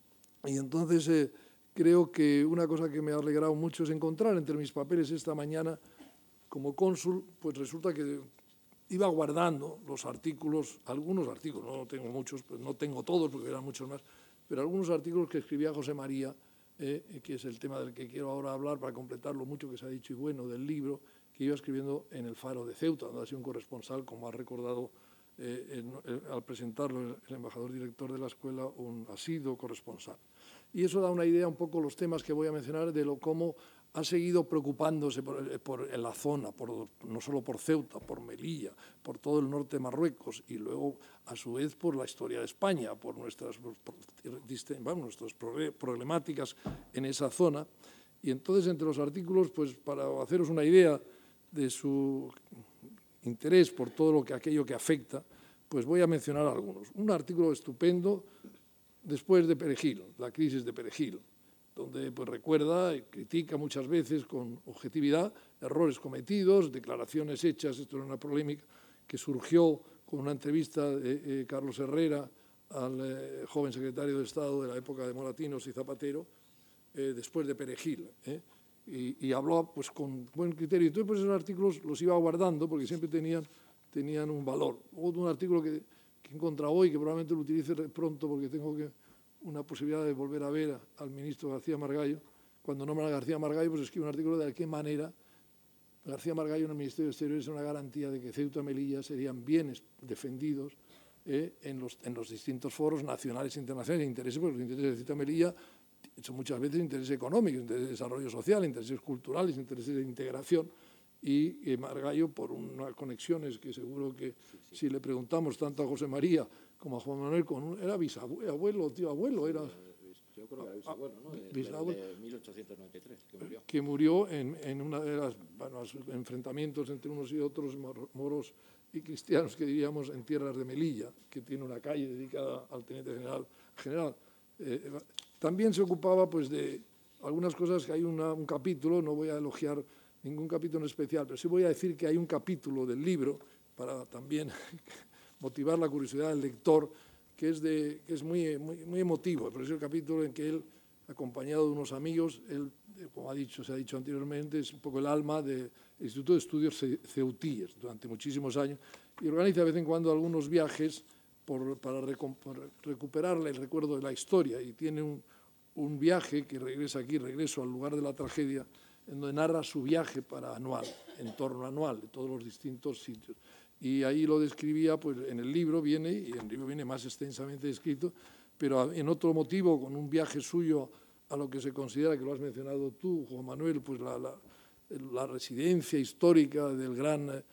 B: y entonces eh, creo que una cosa que me ha alegrado mucho es encontrar entre mis papeles esta mañana como cónsul, pues resulta que iba guardando los artículos, algunos artículos, no tengo muchos, pues no tengo todos porque eran muchos más, pero algunos artículos que escribía José María, eh, que es el tema del que quiero ahora hablar para completar lo mucho que se ha dicho y bueno del libro, que iba escribiendo en el Faro de Ceuta, donde ha sido un corresponsal, como ha recordado eh, en, en, al presentarlo el, el embajador director de la escuela, un asiduo corresponsal. Y eso da una idea un poco los temas que voy a mencionar de lo cómo ha seguido preocupándose por, por, en la zona, por, no solo por Ceuta, por Melilla, por todo el norte de Marruecos y luego, a su vez, por la historia de España, por nuestras, por, bueno, nuestras problemáticas en esa zona. Y entonces, entre los artículos, pues para haceros una idea de su interés por todo lo que aquello que afecta, pues voy a mencionar algunos. Un artículo estupendo después de Perejil, la crisis de Perejil, donde pues, recuerda y critica muchas veces con objetividad errores cometidos, declaraciones hechas. Esto era una polémica que surgió con una entrevista de eh, Carlos Herrera al eh, joven secretario de Estado de la época de Moratinos y Zapatero, eh, después de Perejil, ¿eh? y, y habló pues, con buen criterio. Entonces pues, esos artículos los iba guardando porque siempre tenían, tenían un valor. Otro un artículo que, que he encontrado hoy, que probablemente lo utilice pronto porque tengo que una posibilidad de volver a ver al ministro García Margallo. Cuando nombra a García Margallo, pues escribe un artículo de qué manera García Margallo en el Ministerio de Exteriores es una garantía de que Ceuta y Melilla serían bienes defendidos eh, en, los, en los distintos foros nacionales e internacionales de intereses, porque los intereses de Ceuta y Melilla son muchas veces intereses económicos, intereses de desarrollo social, intereses culturales, intereses de integración. Y eh, Margallo, por unas conexiones que seguro que si le preguntamos tanto a José María como a Juan Manuel, con un, era bisabuelo, abuelo, tío abuelo, era...
D: Yo creo que era bisabuelo, ¿no? De,
B: bisabuelo,
D: de mil ochocientos noventa y tres, que murió.
B: Que murió en, en una de las bueno, enfrentamientos entre unos y otros moros y cristianos, que diríamos, en tierras de Melilla, que tiene una calle dedicada al teniente general. general. Eh, también se ocupaba pues, de algunas cosas que hay una, un capítulo, no voy a elogiar ningún capítulo en especial, pero sí voy a decir que hay un capítulo del libro, para también motivar la curiosidad del lector, que es, de, que es muy, muy, muy emotivo. Pero es el capítulo en que él, acompañado de unos amigos, él, como ha dicho, se ha dicho anteriormente, es un poco el alma del Instituto de Estudios Ceutíes durante muchísimos años, y organiza de vez en cuando algunos viajes por, para por recuperar el recuerdo de la historia, y tiene un, un viaje que regresa aquí, regreso al lugar de la tragedia, en donde narra su viaje para anual, en torno anual, de todos los distintos sitios. Y ahí lo describía, pues en el libro viene, y en el libro viene más extensamente descrito, pero en otro motivo, con un viaje suyo a lo que se considera, que lo has mencionado tú, Juan Manuel, pues la, la, la residencia histórica del gran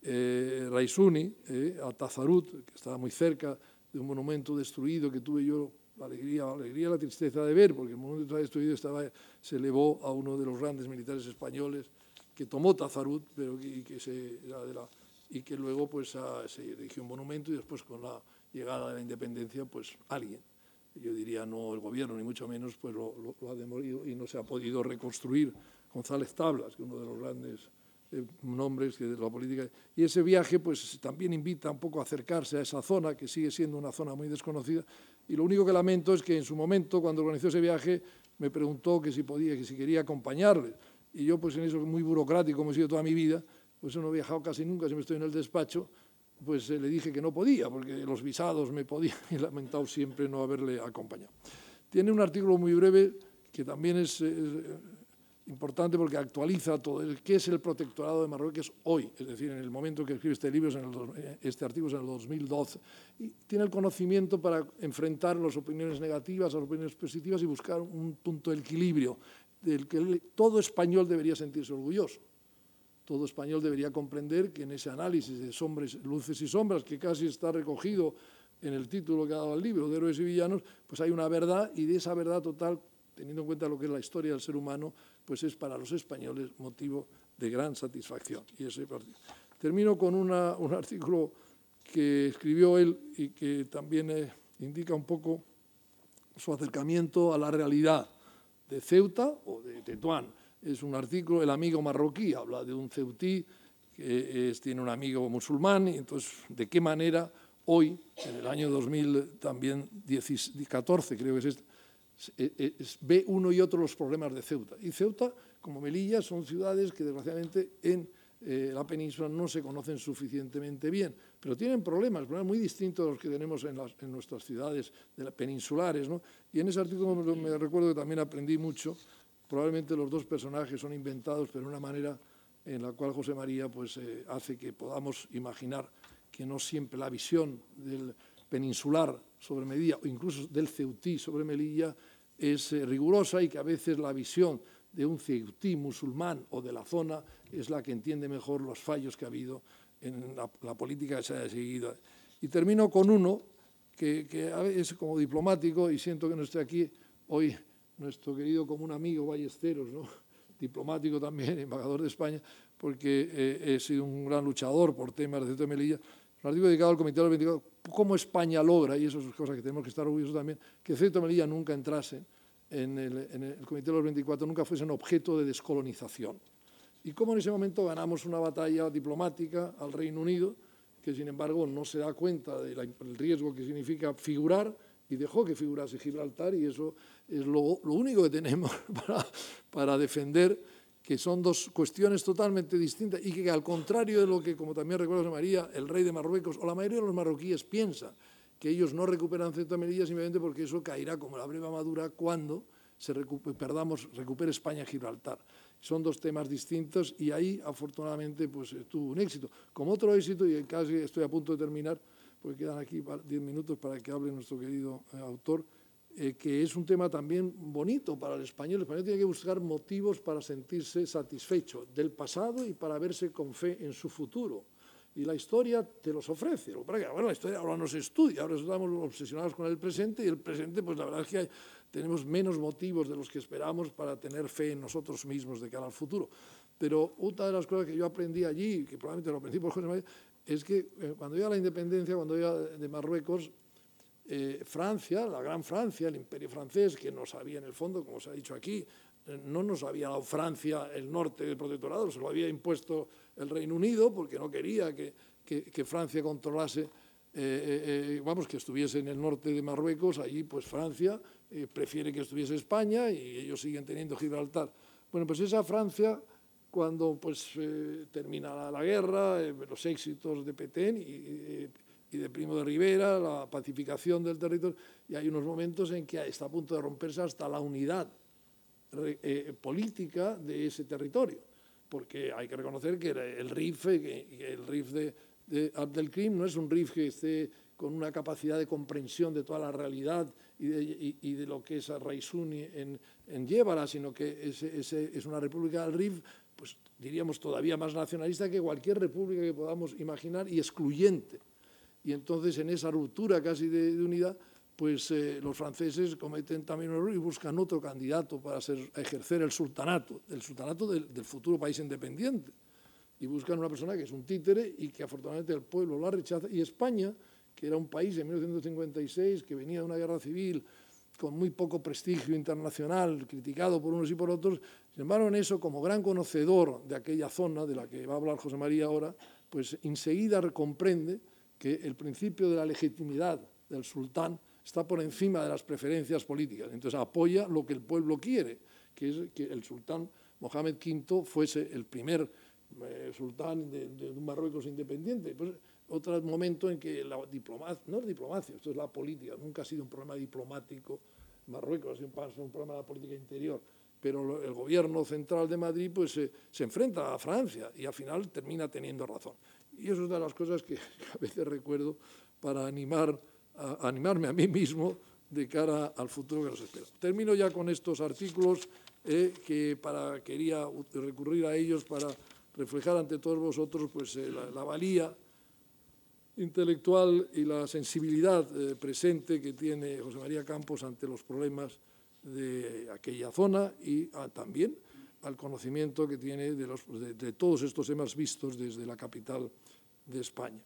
B: eh, Raisuni, eh, a Tazarut, que estaba muy cerca de un monumento destruido que tuve yo la alegría, la alegría y la tristeza de ver, porque el monumento estaba destruido, estaba, se elevó a uno de los grandes militares españoles que tomó Tazarut, pero que, y, que se, de la, y que luego pues, a, se erigió un monumento y después con la llegada de la independencia, pues alguien, yo diría no el gobierno ni mucho menos, pues lo, lo, lo ha demolido y no se ha podido reconstruir. González Tablas, que es uno de los grandes eh, nombres de la política. Y ese viaje pues también invita un poco a acercarse a esa zona, que sigue siendo una zona muy desconocida. Y lo único que lamento es que en su momento, cuando organizó ese viaje, me preguntó que si podía, que si quería acompañarle. Y yo, pues en eso muy burocrático, como he sido toda mi vida, pues no he viajado casi nunca, siempre estoy en el despacho, pues eh, le dije que no podía, porque los visados me podían, y he lamentado siempre no haberle acompañado. Tiene un artículo muy breve que también es... es importante porque actualiza todo el qué es el protectorado de Marruecos hoy, es decir, en el momento que escribe este libro, es en el, este artículo es en el dos mil doce, y tiene el conocimiento para enfrentar las opiniones negativas, las opiniones positivas y buscar un punto de equilibrio del que todo español debería sentirse orgulloso. Todo español debería comprender que en ese análisis de sombras, luces y sombras, que casi está recogido en el título que ha dado el libro, de Héroes y Villanos, pues hay una verdad, y de esa verdad total, teniendo en cuenta lo que es la historia del ser humano, pues es para los españoles motivo de gran satisfacción. Y ese termino con una, un artículo que escribió él y que también eh, indica un poco su acercamiento a la realidad de Ceuta o de Tetuán. Es un artículo, el amigo marroquí, habla de un ceutí que es, tiene un amigo musulmán, y entonces de qué manera hoy, en el año dos mil catorce, creo que es este, ve uno y otro los problemas de Ceuta. Y Ceuta, como Melilla, son ciudades que desgraciadamente en eh, la península no se conocen suficientemente bien, pero tienen problemas, problemas muy distintos a los que tenemos en, las, en nuestras ciudades de la, peninsulares, ¿no? Y en ese artículo me, me recuerdo que también aprendí mucho. Probablemente los dos personajes son inventados, pero de una manera en la cual José María pues, eh, hace que podamos imaginar que no siempre la visión del peninsular sobre Melilla, o incluso del ceutí sobre Melilla, es eh, rigurosa, y que a veces la visión de un ceutí musulmán o de la zona es la que entiende mejor los fallos que ha habido en la, la política que se ha seguido. Y termino con uno que, que es como diplomático, y siento que no esté aquí hoy nuestro querido común amigo Ballesteros, ¿no? Diplomático también, embajador de España, porque eh, he sido un gran luchador por temas de Ceuta y Melilla. Un artículo dedicado al Comité de los veinticuatro, cómo España logra, y eso es cosa que tenemos que estar orgullosos también, que Ceuta y Melilla nunca entrasen en el, en el Comité de los veinticuatro, nunca fuesen objeto de descolonización. Y cómo en ese momento ganamos una batalla diplomática al Reino Unido, que sin embargo no se da cuenta del riesgo que significa figurar, y dejó que figurase Gibraltar, y eso es lo, lo único que tenemos para, para defender, que son dos cuestiones totalmente distintas, y que al contrario de lo que, como también recuerda José María, el rey de Marruecos o la mayoría de los marroquíes piensan, que ellos no recuperan Ceuta y Melilla simplemente porque eso caerá como la breva madura cuando se recupere, perdamos, recupere España y Gibraltar. Son dos temas distintos, y ahí afortunadamente pues, tuvo un éxito. Como otro éxito, y casi estoy a punto de terminar, porque quedan aquí diez minutos para que hable nuestro querido eh, autor, eh, que es un tema también bonito para el español. El español tiene que buscar motivos para sentirse satisfecho del pasado y para verse con fe en su futuro. Y la historia te los ofrece. Lo que pasa es que ahora la historia ahora no se estudia, ahora estamos obsesionados con el presente, y el presente, pues la verdad es que hay, tenemos menos motivos de los que esperamos para tener fe en nosotros mismos de cara al futuro. Pero una de las cosas que yo aprendí allí, que probablemente lo aprendí por José María, es que eh, cuando iba a la independencia, cuando iba de Marruecos, eh, Francia, la gran Francia, el imperio francés, que no sabía en el fondo, como se ha dicho aquí, eh, no nos había dado Francia el norte del protectorado, se lo había impuesto el Reino Unido, porque no quería que, que, que Francia controlase, eh, eh, vamos, que estuviese en el norte de Marruecos. Allí pues Francia eh, prefiere que estuviese España, y ellos siguen teniendo Gibraltar. Bueno, pues esa Francia, cuando pues, eh, termina la, la guerra, eh, los éxitos de Petén y, y, y de Primo de Rivera, la pacificación del territorio, y hay unos momentos en que está a punto de romperse hasta la unidad eh, política de ese territorio, porque hay que reconocer que el R I F, que, que el R I F de, de Abdelkrim no es un R I F que esté con una capacidad de comprensión de toda la realidad y de, y, y de lo que es Raisuni en, en Yévara, sino que es, es, es una república del Rif, pues diríamos todavía más nacionalista que cualquier república que podamos imaginar y excluyente. Y entonces en esa ruptura casi de, de unidad, pues eh, los franceses cometen también un error y buscan otro candidato para ser, ejercer el sultanato, el sultanato del, del futuro país independiente. Y buscan una persona que es un títere y que afortunadamente el pueblo la rechaza. Y España, que era un país en mil novecientos cincuenta y seis que venía de una guerra civil con muy poco prestigio internacional, criticado por unos y por otros, sin embargo en eso, como gran conocedor de aquella zona de la que va a hablar José María ahora, pues enseguida comprende que el principio de la legitimidad del sultán está por encima de las preferencias políticas. Entonces apoya lo que el pueblo quiere, que es que el sultán Mohamed quinto fuese el primer eh, sultán de, de un Marruecos independiente. Pues, otro momento en que la diplomacia, no es diplomacia, esto es la política, nunca ha sido un problema diplomático Marruecos, ha sido un, un problema de la política interior, pero el gobierno central de Madrid pues, eh, se enfrenta a Francia y al final termina teniendo razón. Y eso es una de las cosas que a veces recuerdo para animar, a, animarme a mí mismo de cara al futuro que nos espera. Termino ya con estos artículos eh, que para, quería recurrir a ellos para reflejar ante todos vosotros pues, eh, la, la valía intelectual y la sensibilidad eh, presente que tiene José María Campos ante los problemas de aquella zona y a, también al conocimiento que tiene de, los, de, de todos estos temas vistos desde la capital de España.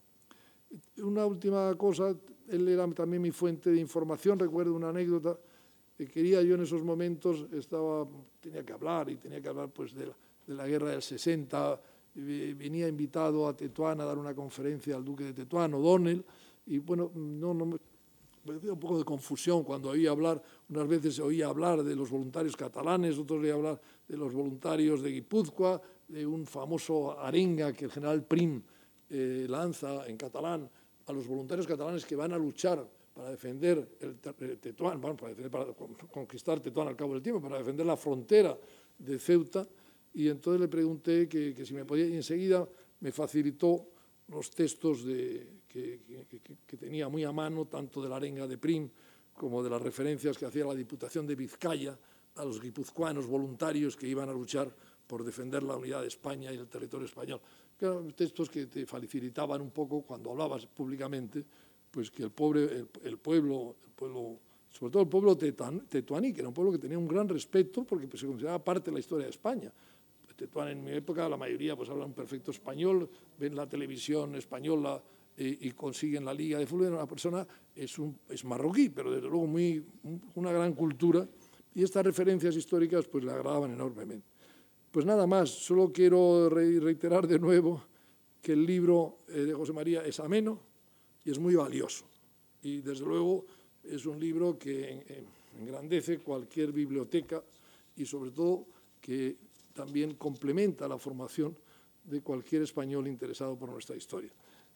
B: Una última cosa, él era también mi fuente de información, recuerdo una anécdota que quería yo en esos momentos, estaba, tenía que hablar y tenía que hablar pues, de, la, de la guerra del sesenta, venía invitado a Tetuán a dar una conferencia al duque de Tetuán, O'Donnell, y bueno, no, no me parecía un poco de confusión cuando oía hablar, unas veces oía hablar de los voluntarios catalanes, otros oía hablar de los voluntarios de Guipúzcoa, de un famoso arenga que el general Prim eh, lanza en catalán a los voluntarios catalanes que van a luchar para defender el Tetuán, bueno, para, defender, para conquistar Tetuán al cabo del tiempo, para defender la frontera de Ceuta. Y entonces le pregunté que, que si me podía, y enseguida me facilitó los textos de, que, que, que, que tenía muy a mano, tanto de la arenga de Prim como de las referencias que hacía la Diputación de Vizcaya a los guipuzcoanos voluntarios que iban a luchar por defender la unidad de España y el territorio español. Claro, textos que te facilitaban un poco cuando hablabas públicamente, pues que el, pobre, el, el pueblo, el pueblo, sobre todo el pueblo tetuán, tetuaní, que era un pueblo que tenía un gran respeto porque pues, se consideraba parte de la historia de España. Tetuán en mi época, la mayoría pues hablan perfecto español, ven la televisión española eh, y consiguen la liga de fútbol. Una persona es, un, es marroquí, pero desde luego muy, una gran cultura y estas referencias históricas pues le agradaban enormemente. Pues nada más, solo quiero reiterar de nuevo que el libro eh, de José María es ameno y es muy valioso. Y desde luego es un libro que engrandece cualquier biblioteca y sobre todo que también complementa la formación de cualquier español interesado por nuestra historia.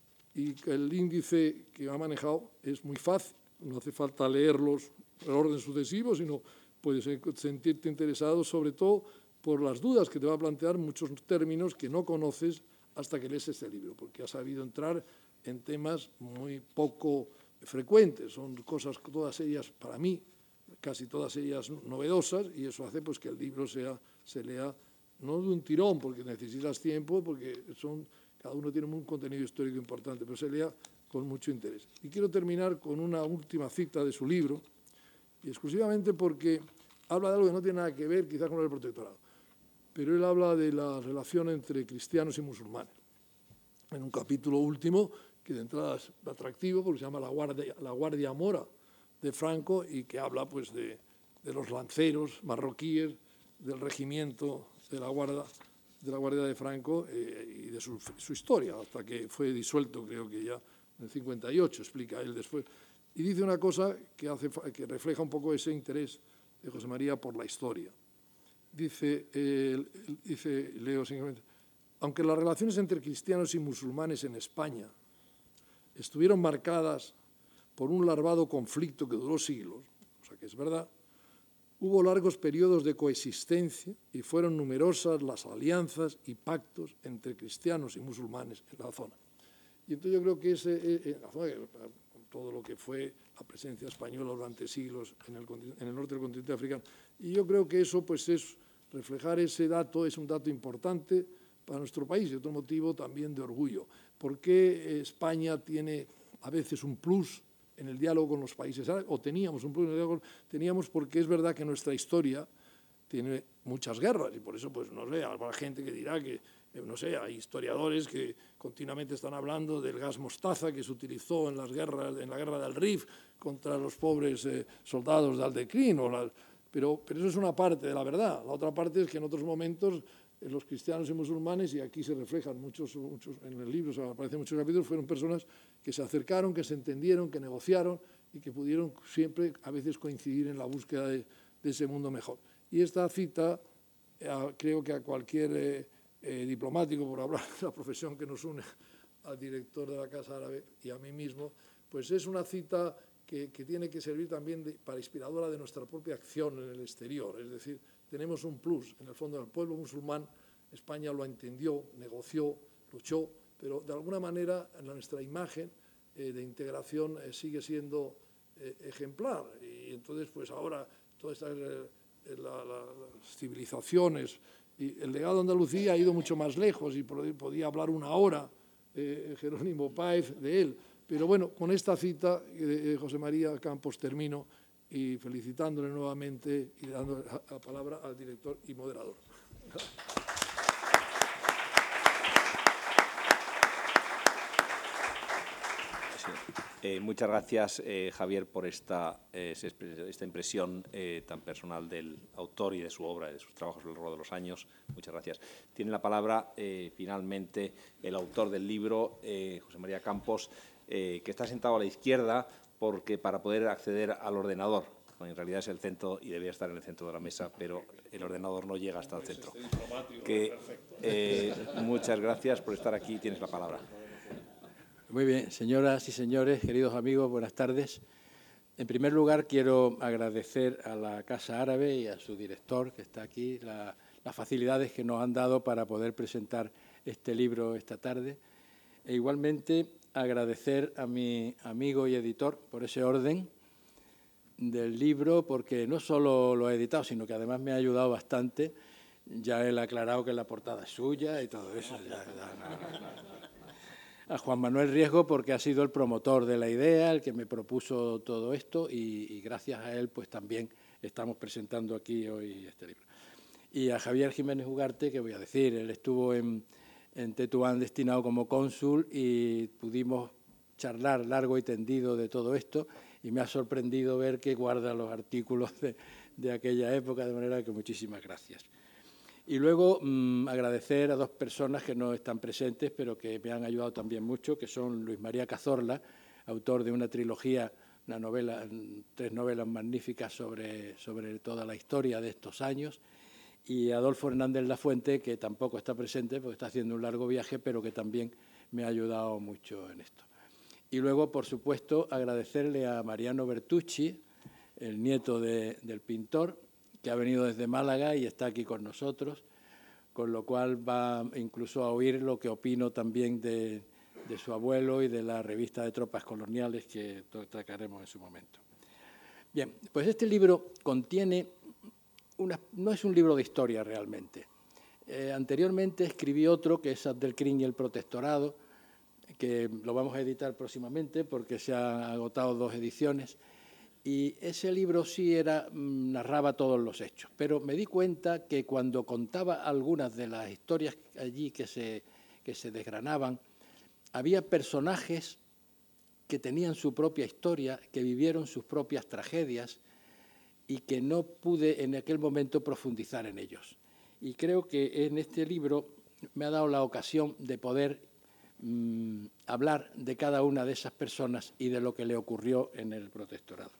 B: Y el índice que ha manejado es muy fácil, no hace falta leerlos en orden sucesivo, sino puedes sentirte interesado sobre todo por las dudas que te va a plantear muchos términos que no conoces hasta que lees este libro, porque ha sabido entrar en temas muy poco frecuentes, son cosas todas ellas, para mí, casi todas ellas novedosas, y eso hace pues, que el libro sea, se lea no de un tirón, porque necesitas tiempo, porque son, cada uno tiene un contenido histórico importante, pero se lea con mucho interés. Y quiero terminar con una última cita de su libro, y exclusivamente porque habla de algo que no tiene nada que ver quizás con el protectorado, pero él habla de la relación entre cristianos y musulmanes. En un capítulo último, que de entrada es atractivo, porque se llama La Guardia, la Guardia Mora de Franco, y que habla pues, de, de los lanceros marroquíes, del regimiento de la Guardia de, la Guardia de Franco eh, y de su, su historia, hasta que fue disuelto, creo que ya en el cincuenta y ocho, explica él después. Y dice una cosa que, hace, que refleja un poco ese interés de José María por la historia. Dice, eh, dice leo simplemente, aunque las relaciones entre cristianos y musulmanes en España estuvieron marcadas por un larvado conflicto que duró siglos, o sea que es verdad, hubo largos periodos de coexistencia y fueron numerosas las alianzas y pactos entre cristianos y musulmanes en la zona. Y entonces yo creo que ese, en la zona, todo lo que fue la presencia española durante siglos en el, en el norte del continente africano. Y yo creo que eso, pues, es reflejar ese dato, es un dato importante para nuestro país y otro motivo también de orgullo. ¿Por qué España tiene a veces un plus en el diálogo con los países árabes? O teníamos un plus en el diálogo, teníamos porque es verdad que nuestra historia tiene muchas guerras y por eso, pues, no sé, habrá gente que dirá que, no sé, hay historiadores que continuamente están hablando del gas mostaza que se utilizó en las guerras, en la guerra del Rif contra los pobres eh, soldados de Aldecrín, o la, pero, pero eso es una parte de la verdad. La otra parte es que en otros momentos eh, los cristianos y musulmanes, y aquí se reflejan muchos, muchos en el libro, o sea, aparecen muchos capítulos, fueron personas que se acercaron, que se entendieron, que negociaron y que pudieron siempre a veces coincidir en la búsqueda de, de ese mundo mejor. Y esta cita, eh, creo que a cualquier eh, eh, diplomático, por hablar de la profesión que nos une al director de la Casa Árabe y a mí mismo, pues es una cita que, que tiene que servir también de, para inspiradora de nuestra propia acción en el exterior. Es decir, tenemos un plus. En el fondo, del pueblo musulmán, España lo entendió, negoció, luchó, pero de alguna manera en nuestra imagen eh, de integración eh, sigue siendo eh, ejemplar. Y entonces, pues ahora, todas estas... Eh, La, la, las civilizaciones y el legado de Andalucía ha ido mucho más lejos y podía hablar una hora eh, Jerónimo Páez de él, pero bueno, con esta cita de eh, José María Campos termino y felicitándole nuevamente y dando la, la palabra al director y moderador.
A: Eh, muchas gracias, eh, Javier, por esta, eh, esta impresión eh, tan personal del autor y de su obra y de sus trabajos a lo largo de los años. Muchas gracias. Tiene la palabra, eh, finalmente, el autor del libro, eh, José María Campos, eh, que está sentado a la izquierda porque para poder acceder al ordenador, en realidad es el centro y debería estar en el centro de la mesa, pero el ordenador no llega hasta el centro. Que, eh, muchas gracias por estar aquí. Tienes la palabra.
E: Muy bien, señoras y señores, queridos amigos, buenas tardes. En primer lugar, quiero agradecer a la Casa Árabe y a su director, que está aquí, la, las facilidades que nos han dado para poder presentar este libro esta tarde. E igualmente, agradecer a mi amigo y editor por ese orden del libro, porque no solo lo ha editado, sino que además me ha ayudado bastante. Ya él ha aclarado que la portada es suya y todo eso. Ya, ya, no, no, no. A Juan Manuel Riesgo, porque ha sido el promotor de la idea, el que me propuso todo esto, y, y gracias a él pues también estamos presentando aquí hoy este libro. Y a Javier Jiménez Ugarte, que voy a decir, él estuvo en, en Tetuán destinado como cónsul y pudimos charlar largo y tendido de todo esto, y me ha sorprendido ver que guarda los artículos de, de aquella época, de manera que muchísimas gracias. Y luego mmm, agradecer a dos personas que no están presentes, pero que me han ayudado también mucho, que son Luis María Cazorla, autor de una trilogía, una novela, tres novelas magníficas sobre, sobre toda la historia de estos años, y Adolfo Hernández Lafuente, que tampoco está presente porque está haciendo un largo viaje, pero que también me ha ayudado mucho en esto. Y luego, por supuesto, agradecerle a Mariano Bertucci, el nieto de, del pintor, que ha venido desde Málaga y está aquí con nosotros, con lo cual va incluso a oír lo que opino también de, de su abuelo y de la revista de Tropas Coloniales que trataremos en su momento. Bien, pues este libro contiene, una, no es un libro de historia realmente. Eh, anteriormente escribí otro que es Abdelkrim y el Protectorado, que lo vamos a editar próximamente porque se han agotado dos ediciones. Y ese libro sí era, narraba todos los hechos, pero me di cuenta que cuando contaba algunas de las historias allí que se, que se desgranaban, había personajes que tenían su propia historia, que vivieron sus propias tragedias y que no pude en aquel momento profundizar en ellos. Y creo que en este libro me ha dado la ocasión de poder mmm, hablar de cada una de esas personas y de lo que le ocurrió en el protectorado.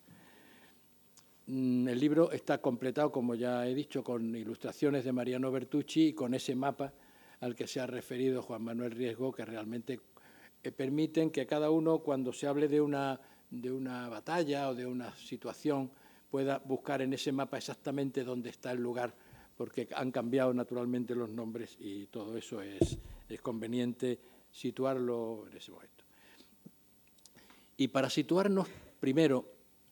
E: El libro está completado, como ya he dicho, con ilustraciones de Mariano Bertucci y con ese mapa al que se ha referido Juan Manuel Riesgo, que realmente permiten que cada uno, cuando se hable de una, de una batalla o de una situación, pueda buscar en ese mapa exactamente dónde está el lugar, porque han cambiado naturalmente los nombres y todo eso es, es conveniente situarlo en ese momento. Y para situarnos, primero,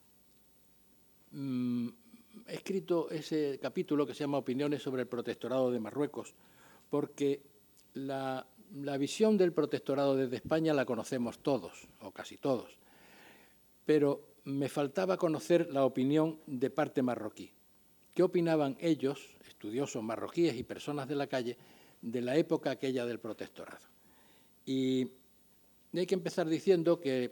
E: mmm, he escrito ese capítulo que se llama Opiniones sobre el protectorado de Marruecos, porque la, la visión del protectorado desde España la conocemos todos, o casi todos, pero me faltaba conocer la opinión de parte marroquí. ¿Qué opinaban ellos, estudiosos marroquíes y personas de la calle, de la época aquella del protectorado? Y hay que empezar diciendo que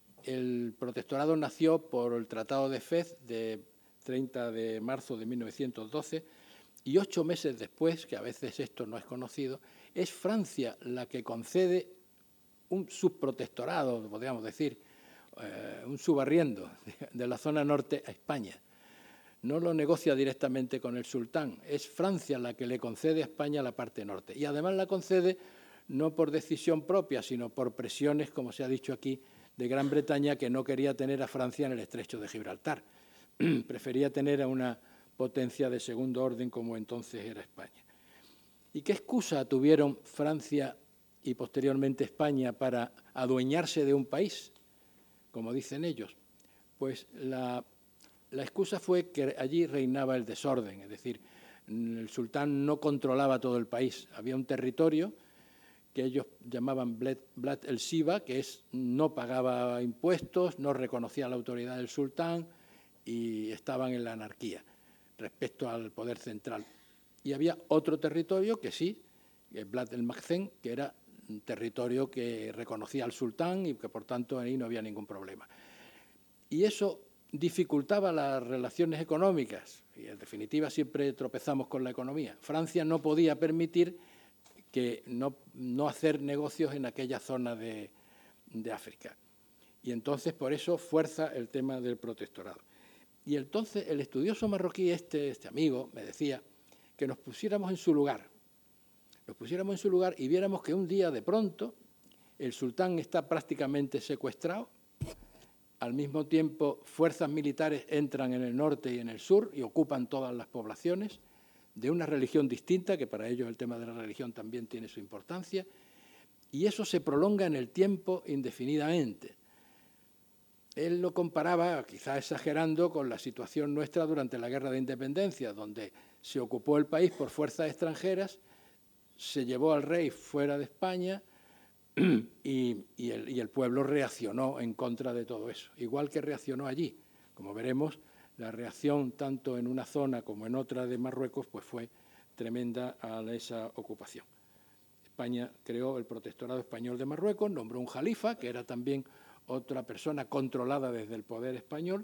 E: el protectorado nació por el Tratado de Fez de treinta de marzo de mil novecientos doce y ocho meses después, que a veces esto no es conocido, es Francia la que concede un subprotectorado, podríamos decir, eh, un subarriendo de la zona norte a España. No lo negocia directamente con el sultán, es Francia la que le concede a España la parte norte. Y además la concede no por decisión propia, sino por presiones, como se ha dicho aquí, de Gran Bretaña, que no quería tener a Francia en el estrecho de Gibraltar. Prefería tener a una potencia de segundo orden como entonces era España. ¿Y qué excusa tuvieron Francia y posteriormente España para adueñarse de un país, como dicen ellos? Pues la, la excusa fue que allí reinaba el desorden, es decir, el sultán no controlaba todo el país. Había un territorio que ellos llamaban Bled el Siba, que es, no pagaba impuestos, no reconocía la autoridad del sultán y estaban en la anarquía respecto al poder central. Y había otro territorio que sí, Bled el Maghzen, que era un territorio que reconocía al sultán y que por tanto ahí no había ningún problema. Y eso dificultaba las relaciones económicas y en definitiva siempre tropezamos con la economía. Francia no podía permitir que no, no hacer negocios en aquella zona de, de África. Y entonces por eso fuerza el tema del protectorado. Y entonces el estudioso marroquí, este, este amigo, me decía que nos pusiéramos en su lugar, nos pusiéramos en su lugar y viéramos que un día de pronto el sultán está prácticamente secuestrado, al mismo tiempo fuerzas militares entran en el norte y en el sur y ocupan todas las poblaciones, de una religión distinta, que para ellos el tema de la religión también tiene su importancia, y eso se prolonga en el tiempo indefinidamente. Él lo comparaba, quizá exagerando, con la situación nuestra durante la Guerra de Independencia, donde se ocupó el país por fuerzas extranjeras, se llevó al rey fuera de España y, y, el, y el pueblo reaccionó en contra de todo eso, igual que reaccionó allí. Como veremos, la reacción tanto en una zona como en otra de Marruecos pues fue tremenda a esa ocupación. España creó el Protectorado Español de Marruecos, nombró un jalifa, que era también otra persona controlada desde el poder español,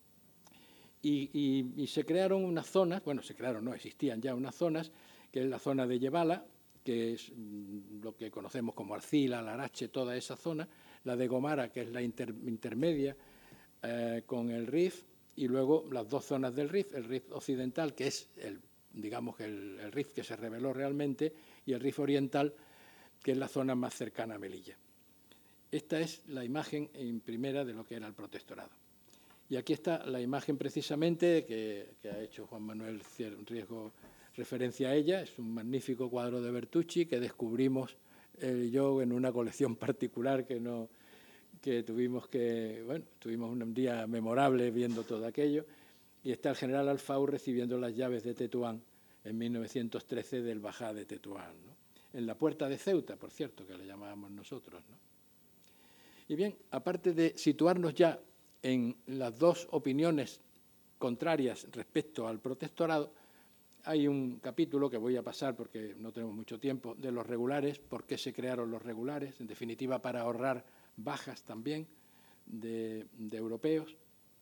E: y, y, y se crearon unas zonas, bueno, se crearon, no, existían ya unas zonas, que es la zona de Yebala, que es lo que conocemos como Arcila, Larache, toda esa zona, la de Gomara, que es la inter, intermedia eh, con el Rif, y luego las dos zonas del Rif, el Rif occidental, que es el, digamos, el, el Rif que se reveló realmente, y el Rif oriental, que es la zona más cercana a Melilla. Esta es la imagen en primera de lo que era el protectorado. Y aquí está la imagen precisamente que, que ha hecho Juan Manuel Riesgo referencia a ella. Es un magnífico cuadro de Bertucci que descubrimos él y yo en una colección particular que, no, que tuvimos que, bueno, tuvimos un día memorable viendo todo aquello. Y está el general Alfau recibiendo las llaves de Tetuán en mil novecientos trece del Bajá de Tetuán, ¿no? En la puerta de Ceuta, por cierto, que le llamábamos nosotros, ¿no? Y bien, aparte de situarnos ya en las dos opiniones contrarias respecto al protectorado, hay un capítulo que voy a pasar porque no tenemos mucho tiempo, de los regulares, por qué se crearon los regulares, en definitiva para ahorrar bajas también de, de europeos.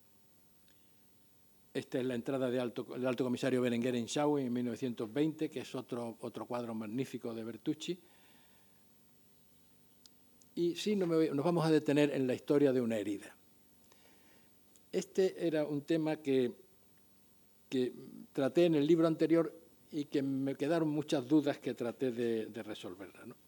E: Esta es la entrada de alto, del alto comisario Berenguer en Shawi en mil novecientos veinte, que es otro, otro cuadro magnífico de Bertucci. Y sí, no me voy, nos vamos a detener en la historia de una herida. Este era un tema que, que traté en el libro anterior y que me quedaron muchas dudas que traté de, de resolverla, ¿no?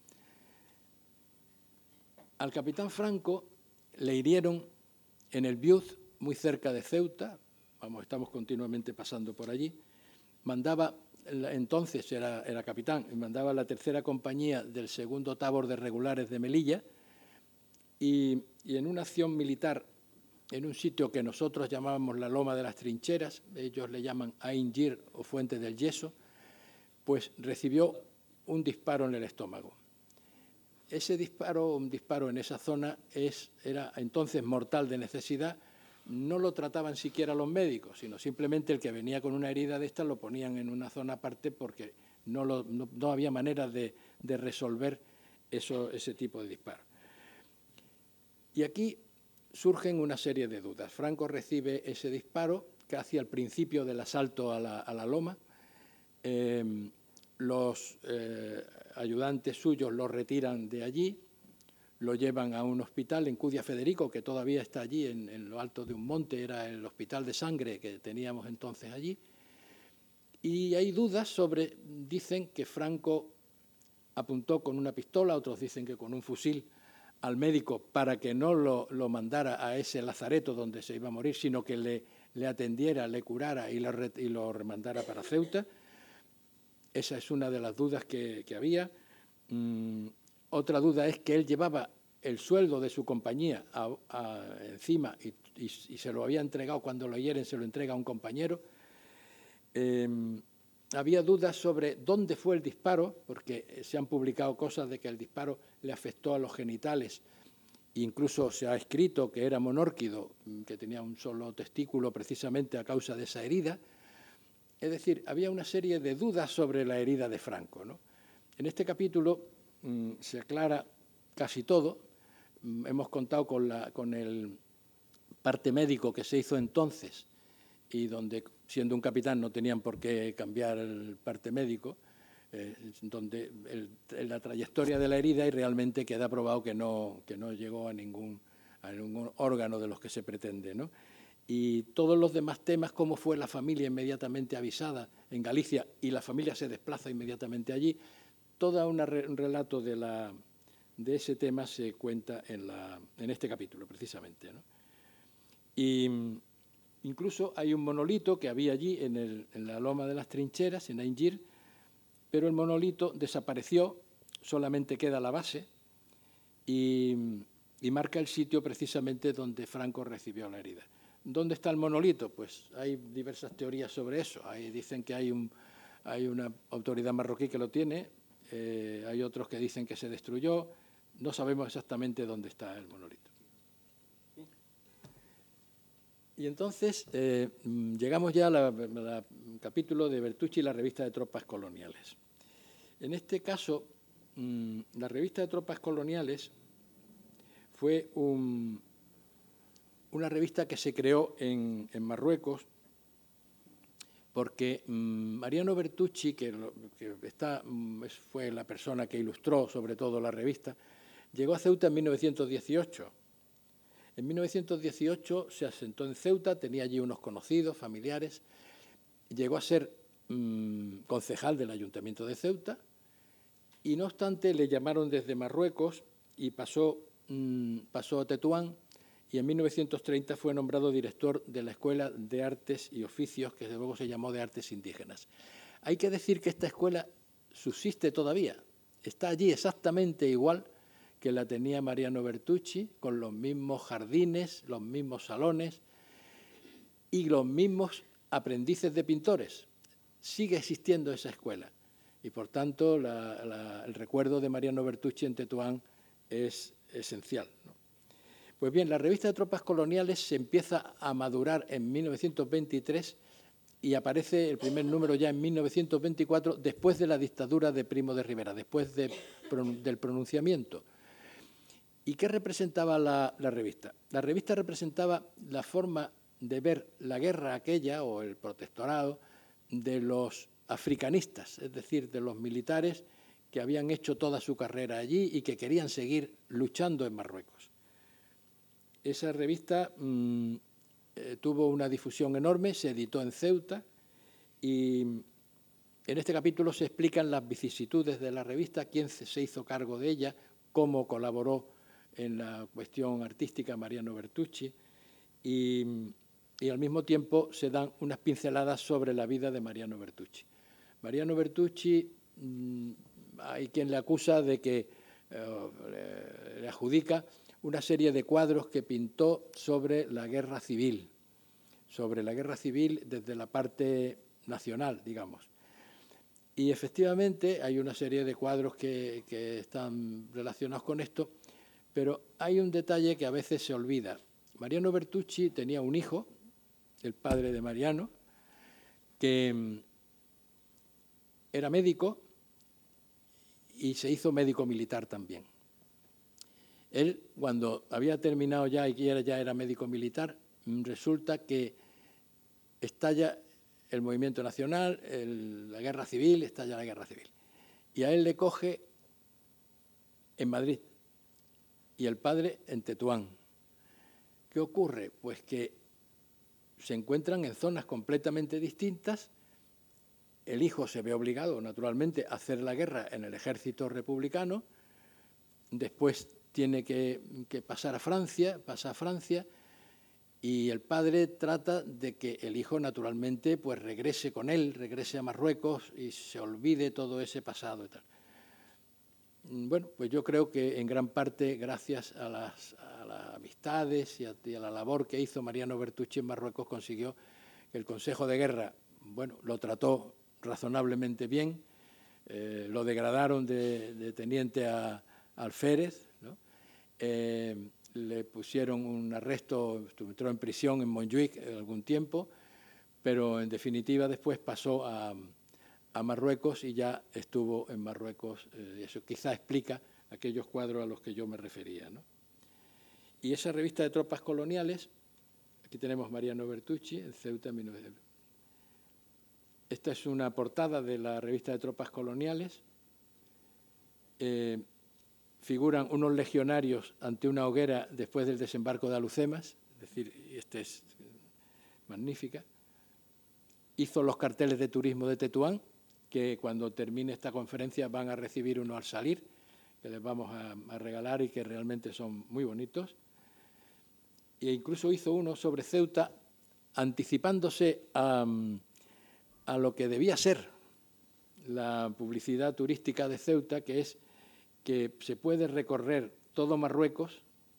E: Al capitán Franco le hirieron en el Biuz, muy cerca de Ceuta, vamos, estamos continuamente pasando por allí, mandaba, entonces era, era capitán, y mandaba la tercera compañía del segundo tabor de regulares de Melilla, y, y en una acción militar en un sitio que nosotros llamábamos la Loma de las Trincheras, ellos le llaman Ain Gir o Fuente del Yeso, pues recibió un disparo en el estómago. Ese disparo, un disparo en esa zona, es, era entonces mortal de necesidad. No lo trataban siquiera los médicos, sino simplemente el que venía con una herida de esta lo ponían en una zona aparte porque no, lo, no, no había manera de, de resolver eso, ese tipo de disparos. Y aquí surgen una serie de dudas. Franco recibe ese disparo casi al principio del asalto a la, a la loma. Eh, los eh, ayudantes suyos lo retiran de allí, lo llevan a un hospital en Cudia Federico, que todavía está allí en, en lo alto de un monte, era el hospital de sangre que teníamos entonces allí. Y hay dudas sobre, dicen que Franco apuntó con una pistola, otros dicen que con un fusil al médico para que no lo, lo mandara a ese lazareto donde se iba a morir, sino que le, le atendiera, le curara y lo, y lo remandara para Ceuta. Esa es una de las dudas que, que había. Mm, otra duda es que él llevaba el sueldo de su compañía a, a, encima y, y, y se lo había entregado, cuando lo hieren se lo entrega a un compañero. Eh, había dudas sobre dónde fue el disparo, porque se han publicado cosas de que el disparo le afectó a los genitales. Incluso se ha escrito que era monórquido, que tenía un solo testículo precisamente a causa de esa herida. Es decir, había una serie de dudas sobre la herida de Franco, ¿no? En este capítulo mmm, se aclara casi todo. Mm, hemos contado con, la, con el parte médico que se hizo entonces y donde, siendo un capitán, no tenían por qué cambiar el parte médico, eh, donde el, la trayectoria de la herida y realmente queda probado que no, que no llegó a ningún, a ningún órgano de los que se pretende, ¿no? Y todos los demás temas, cómo fue la familia inmediatamente avisada en Galicia y la familia se desplaza inmediatamente allí, todo un relato de, la, de ese tema se cuenta en, la, en este capítulo, precisamente, ¿no? Y incluso hay un monolito que había allí en, el, en la Loma de las Trincheras, en Ain Gir, pero el monolito desapareció, solamente queda la base y, y marca el sitio precisamente donde Franco recibió la herida. ¿Dónde está el monolito? Pues hay diversas teorías sobre eso. Hay, dicen que hay, un, hay una autoridad marroquí que lo tiene, eh, hay otros que dicen que se destruyó. No sabemos exactamente dónde está el monolito. Y entonces eh, llegamos ya al capítulo de Bertucci y la revista de tropas coloniales. En este caso, mmm, la revista de tropas coloniales fue un... una revista que se creó en, en Marruecos porque mmm, Mariano Bertucci, que, lo, que está, mmm, fue la persona que ilustró sobre todo la revista, llegó a Ceuta en mil novecientos dieciocho. En mil novecientos dieciocho se asentó en Ceuta, tenía allí unos conocidos, familiares, llegó a ser mmm, concejal del Ayuntamiento de Ceuta y no obstante le llamaron desde Marruecos y pasó, mmm, pasó a Tetuán. Y en mil novecientos treinta fue nombrado director de la Escuela de Artes y Oficios, que desde luego se llamó de Artes Indígenas. Hay que decir que esta escuela subsiste todavía, está allí exactamente igual que la tenía Mariano Bertucci, con los mismos jardines, los mismos salones y los mismos aprendices de pintores. Sigue existiendo esa escuela y, por tanto, la, la, el recuerdo de Mariano Bertucci en Tetuán es esencial, ¿no? Pues bien, la revista de tropas coloniales se empieza a madurar en mil novecientos veintitrés y aparece el primer número ya en mil novecientos veinticuatro, después de la dictadura de Primo de Rivera, después de, del pronunciamiento. ¿Y qué representaba la, la revista? La revista representaba la forma de ver la guerra aquella, o el protectorado, de los africanistas, es decir, de los militares que habían hecho toda su carrera allí y que querían seguir luchando en Marruecos. Esa revista mmm, eh, tuvo una difusión enorme, se editó en Ceuta y en este capítulo se explican las vicisitudes de la revista, quién se hizo cargo de ella, cómo colaboró en la cuestión artística Mariano Bertucci y, y al mismo tiempo se dan unas pinceladas sobre la vida de Mariano Bertucci. Mariano Bertucci, mmm, hay quien le acusa de que eh, le, le adjudica una serie de cuadros que pintó sobre la guerra civil, sobre la guerra civil desde la parte nacional, digamos. Y efectivamente hay una serie de cuadros que, que están relacionados con esto, pero hay un detalle que a veces se olvida. Mariano Bertucci tenía un hijo, el padre de Mariano, que era médico y se hizo médico militar también. Él, cuando había terminado ya y ya era médico militar, resulta que estalla el movimiento nacional, el, la guerra civil, estalla la guerra civil. Y a él le coge en Madrid y el padre en Tetuán. ¿Qué ocurre? Pues que se encuentran en zonas completamente distintas. El hijo se ve obligado, naturalmente, a hacer la guerra en el ejército republicano. Después tiene que, que pasar a Francia, pasa a Francia, y el padre trata de que el hijo, naturalmente, pues regrese con él, regrese a Marruecos y se olvide todo ese pasado y tal. Bueno, pues yo creo que en gran parte, gracias a las, a las amistades y a, y a la labor que hizo Mariano Bertucci en Marruecos, consiguió que el Consejo de Guerra, bueno, lo trató razonablemente bien, eh, lo degradaron de, de teniente a, a alférez, ¿no? Eh, le pusieron un arresto, entró en prisión en Montjuic algún tiempo, pero en definitiva después pasó a, a Marruecos y ya estuvo en Marruecos. Eh, eso quizá explica aquellos cuadros a los que yo me refería, ¿no? Y esa revista de tropas coloniales, aquí tenemos Mariano Bertucci, en Ceuta, en mil novecientos. Esta es una portada de la revista de tropas coloniales. Eh, figuran unos legionarios ante una hoguera después del desembarco de Alhucemas, es decir, esta es magnífica. Hizo los carteles de turismo de Tetuán, que cuando termine esta conferencia van a recibir uno al salir, que les vamos a, a regalar y que realmente son muy bonitos. E incluso hizo uno sobre Ceuta, anticipándose a, a lo que debía ser la publicidad turística de Ceuta, que es que se puede recorrer todo Marruecos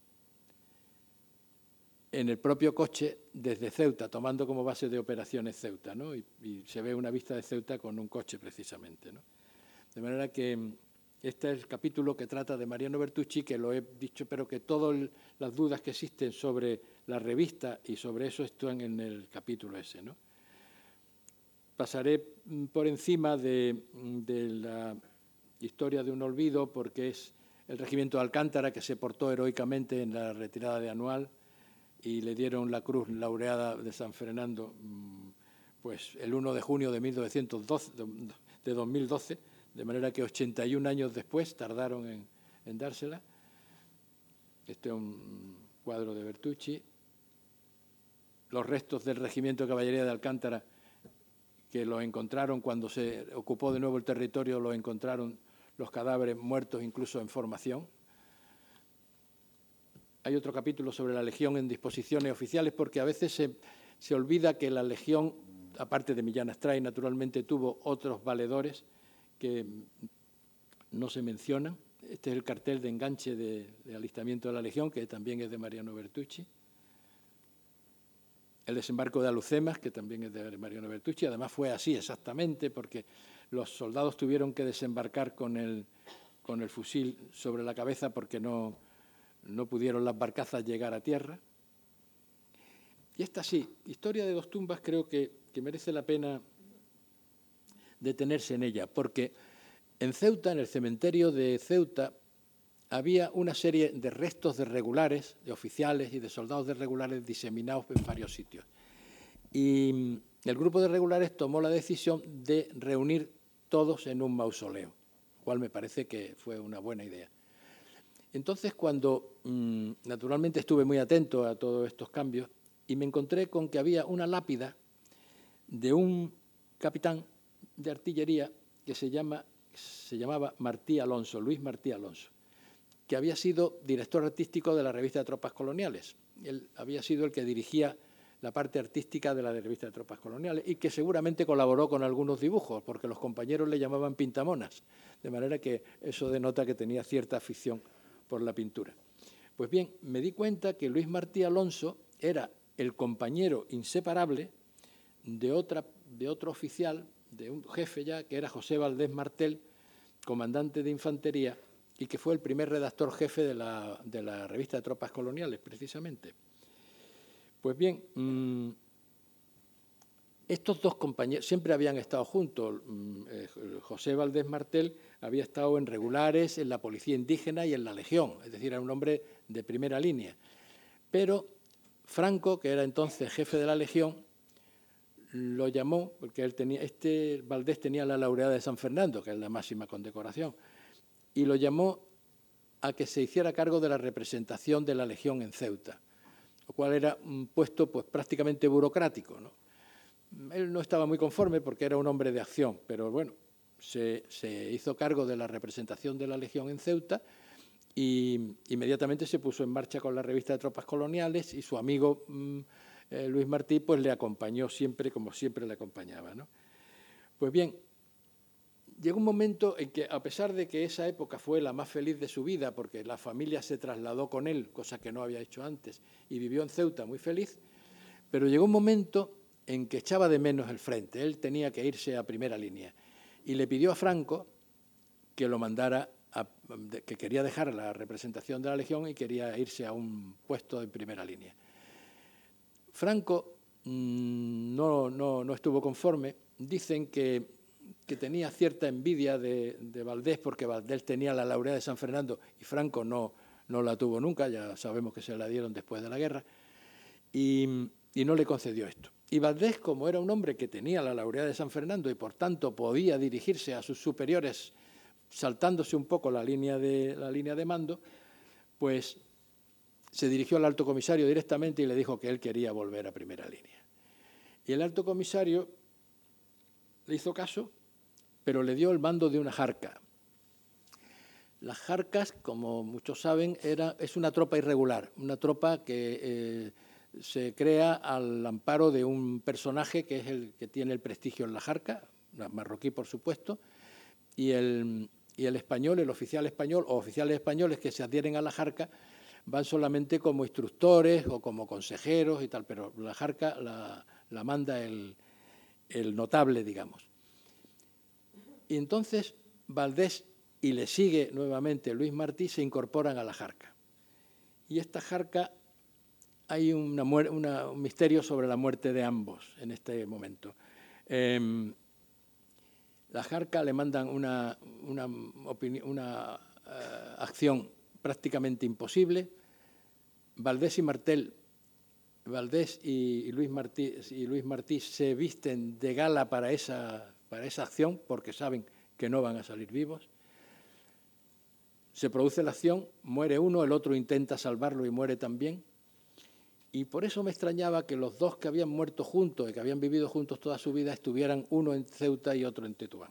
E: en el propio coche desde Ceuta, tomando como base de operaciones Ceuta, ¿no? Y, y se ve una vista de Ceuta con un coche precisamente, ¿no? De manera que este es el capítulo que trata de Mariano Bertucci, que lo he dicho, pero que todas las dudas que existen sobre la revista y sobre eso están en el capítulo ese, ¿no? Pasaré por encima de, de la historia de un olvido, porque es el regimiento de Alcántara, que se portó heroicamente en la retirada de Anual y le dieron la cruz laureada de San Fernando, pues el uno de junio de mil novecientos doce, de dos mil doce, de manera que ochenta y un años después tardaron en, en dársela. Este es un cuadro de Bertucci. Los restos del regimiento de caballería de Alcántara, que los encontraron cuando se ocupó de nuevo el territorio, los encontraron los cadáveres muertos incluso en formación. Hay otro capítulo sobre la Legión en disposiciones oficiales, porque a veces se, se olvida que la Legión, aparte de Millán Astray, naturalmente tuvo otros valedores que no se mencionan. Este es el cartel de enganche de, de alistamiento de la Legión, que también es de Mariano Bertucci. El desembarco de Alhucemas, que también es de Mariano Bertucci. Además fue así exactamente, porque los soldados tuvieron que desembarcar con el, con el fusil sobre la cabeza porque no, no pudieron las barcazas llegar a tierra. Y esta sí, Historia de dos tumbas, creo que, que merece la pena detenerse en ella, porque en Ceuta, en el cementerio de Ceuta, había una serie de restos de regulares, de oficiales y de soldados de regulares diseminados en varios sitios. Y el grupo de regulares tomó la decisión de reunir todos en un mausoleo, lo cual me parece que fue una buena idea. Entonces, cuando mmm, naturalmente estuve muy atento a todos estos cambios y me encontré con que había una lápida de un capitán de artillería que se, llama, se llamaba Martí Alonso, Luis Martí Alonso, que había sido director artístico de la revista de Tropas Coloniales. Él había sido el que dirigía la parte artística de la revista de Tropas Coloniales y que seguramente colaboró con algunos dibujos, porque los compañeros le llamaban pintamonas, de manera que eso denota que tenía cierta afición por la pintura. Pues bien, me di cuenta que Luis Martí Alonso era el compañero inseparable de, otra, de otro oficial, de un jefe ya, que era José Valdés Martel, comandante de infantería, y que fue el primer redactor jefe de la, de la revista de Tropas Coloniales, precisamente. Pues bien, mmm, estos dos compañeros siempre habían estado juntos. Eh, José Valdés Martel había estado en regulares, en la Policía Indígena y en la Legión, es decir, era un hombre de primera línea. Pero Franco, que era entonces jefe de la Legión, lo llamó, porque él tenía, este Valdés tenía la laureada de San Fernando, que es la máxima condecoración, y lo llamó a que se hiciera cargo de la representación de la Legión en Ceuta, lo cual era un puesto pues, prácticamente burocrático, ¿no? Él no estaba muy conforme porque era un hombre de acción, pero bueno, se, se hizo cargo de la representación de la Legión en Ceuta y inmediatamente se puso en marcha con la revista de Tropas Coloniales y su amigo mmm, eh, Luis Martí pues le acompañó siempre, como siempre le acompañaba, ¿no? Pues bien, llegó un momento en que, a pesar de que esa época fue la más feliz de su vida, porque la familia se trasladó con él, cosa que no había hecho antes, y vivió en Ceuta muy feliz, pero llegó un momento en que echaba de menos el frente. Él tenía que irse a primera línea y le pidió a Franco que lo mandara, a, que quería dejar la representación de la Legión y quería irse a un puesto en primera línea. Franco mmm, no, no, no estuvo conforme. Dicen que, que tenía cierta envidia de, de Valdés porque Valdés tenía la laureada de San Fernando y Franco no, no la tuvo nunca, ya sabemos que se la dieron después de la guerra, y, y no le concedió esto. Y Valdés, como era un hombre que tenía la laureada de San Fernando y por tanto podía dirigirse a sus superiores saltándose un poco la línea de, la línea de mando, pues se dirigió al alto comisario directamente y le dijo que él quería volver a primera línea. Y el alto comisario le hizo caso, pero le dio el mando de una jarca. Las jarcas, como muchos saben, era, es una tropa irregular, una tropa que eh, se crea al amparo de un personaje que es el que tiene el prestigio en la jarca, marroquí por supuesto, y el, y el español, el oficial español o oficiales españoles que se adhieren a la jarca van solamente como instructores o como consejeros y tal, pero la jarca la, la manda el, el notable, digamos. Y entonces Valdés y le sigue nuevamente Luis Martí se incorporan a la jarca. Y esta jarca hay una, una, un misterio sobre la muerte de ambos en este momento. Eh, la jarca le mandan una, una, una uh, acción prácticamente imposible. Valdés y Martel, Valdés y, y, Luis Martí, y Luis Martí se visten de gala para esa, para esa acción porque saben que no van a salir vivos. Se produce la acción, muere uno, el otro intenta salvarlo y muere también. Y por eso me extrañaba que los dos que habían muerto juntos y que habían vivido juntos toda su vida estuvieran uno en Ceuta y otro en Tetuán.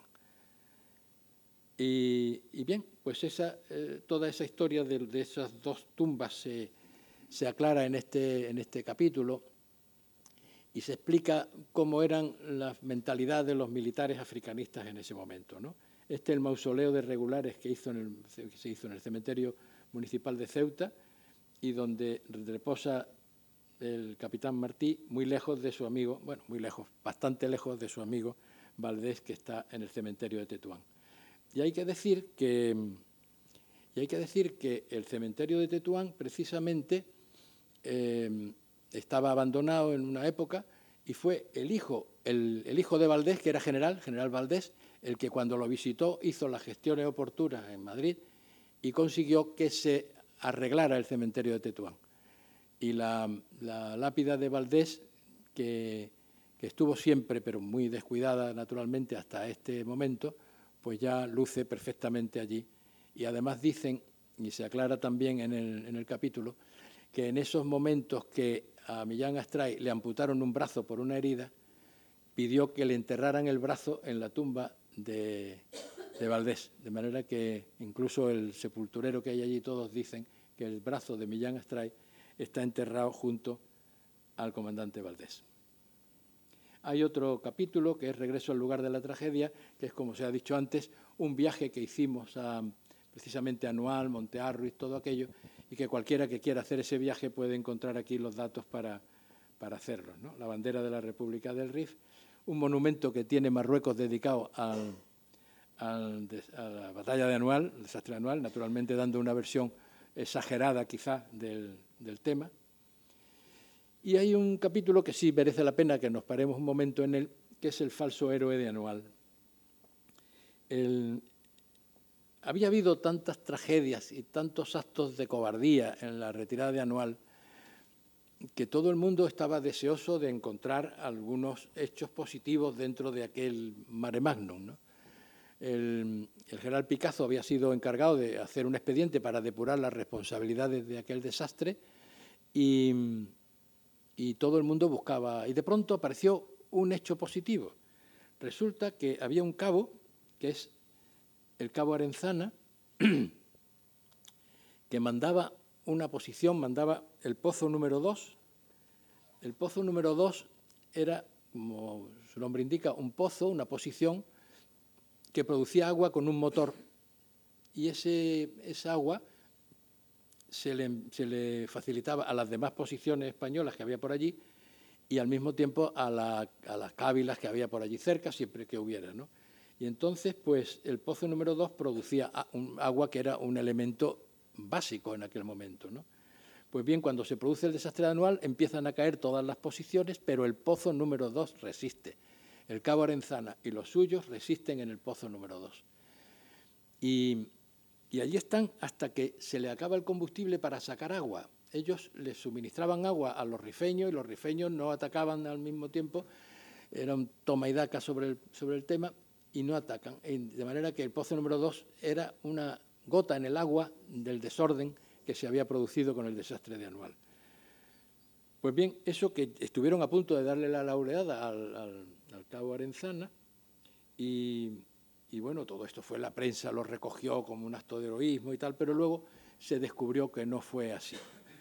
E: Y, y bien, pues esa, eh, toda esa historia de, de esas dos tumbas se, se aclara en este, en este capítulo y se explica cómo eran las mentalidades de los militares africanistas en ese momento, ¿no? Este es el mausoleo de regulares que, hizo en el, que se hizo en el cementerio municipal de Ceuta y donde reposa el capitán Martí, muy lejos de su amigo, bueno, muy lejos, bastante lejos de su amigo Valdés, que está en el cementerio de Tetuán. Y hay que decir que, y hay que, decir que el cementerio de Tetuán precisamente eh, estaba abandonado en una época y fue el hijo, el, el hijo de Valdés, que era general, general Valdés, el que cuando lo visitó hizo las gestiones oportunas en Madrid y consiguió que se arreglara el cementerio de Tetuán. Y la, la lápida de Valdés, que, que estuvo siempre, pero muy descuidada naturalmente hasta este momento, pues ya luce perfectamente allí. Y además dicen, y se aclara también en el, en el capítulo, que en esos momentos que a Millán Astray le amputaron un brazo por una herida, pidió que le enterraran el brazo en la tumba de, de Valdés. De manera que incluso el sepulturero que hay allí, todos dicen que el brazo de Millán Astray está enterrado junto al comandante Valdés. Hay otro capítulo que es Regreso al lugar de la tragedia, que es, como se ha dicho antes, un viaje que hicimos a, precisamente Anual, Monte Arruiz, todo aquello, y que cualquiera que quiera hacer ese viaje puede encontrar aquí los datos para, para hacerlo, ¿no? La bandera de la República del Rif, un monumento que tiene Marruecos dedicado al, al, a la batalla de Anual, el desastre de Anual, naturalmente dando una versión exagerada quizá del, del tema. Y hay un capítulo que sí merece la pena que nos paremos un momento en él, que es el falso héroe de Anual. El, había habido tantas tragedias y tantos actos de cobardía en la retirada de Anual que todo el mundo estaba deseoso de encontrar algunos hechos positivos dentro de aquel mare magnum, ¿no? El, el general Picazo había sido encargado de hacer un expediente para depurar las responsabilidades de aquel desastre y, y todo el mundo buscaba. Y de pronto apareció un hecho positivo. Resulta que había un cabo, que es el cabo Arenzana, que mandaba una posición, mandaba el pozo número dos. El pozo número dos era, como su nombre indica, un pozo, una posición que producía agua con un motor. Y ese, esa agua se le, se le facilitaba a las demás posiciones españolas que había por allí y al mismo tiempo a, la, a las cávilas que había por allí cerca, siempre que hubiera, ¿no? Y entonces, pues, el pozo número dos producía un agua que era un elemento básico en aquel momento, ¿no? Pues bien, cuando se produce el desastre Anual, empiezan a caer todas las posiciones, pero el pozo número dos resiste. El cabo Arenzana y los suyos resisten en el pozo número dos. Y, y allí están hasta que se le acaba el combustible para sacar agua. Ellos les suministraban agua a los rifeños y los rifeños no atacaban al mismo tiempo. Era un toma y daca sobre el, sobre el tema y no atacan. De manera que el pozo número dos era una gota en el agua del desorden que se había producido con el desastre de Anual. Pues bien, eso que estuvieron a punto de darle la laureada al, al, al cabo Arenzana y, y bueno, todo esto fue, la prensa lo recogió como un acto de heroísmo y tal, pero luego se descubrió que no fue así.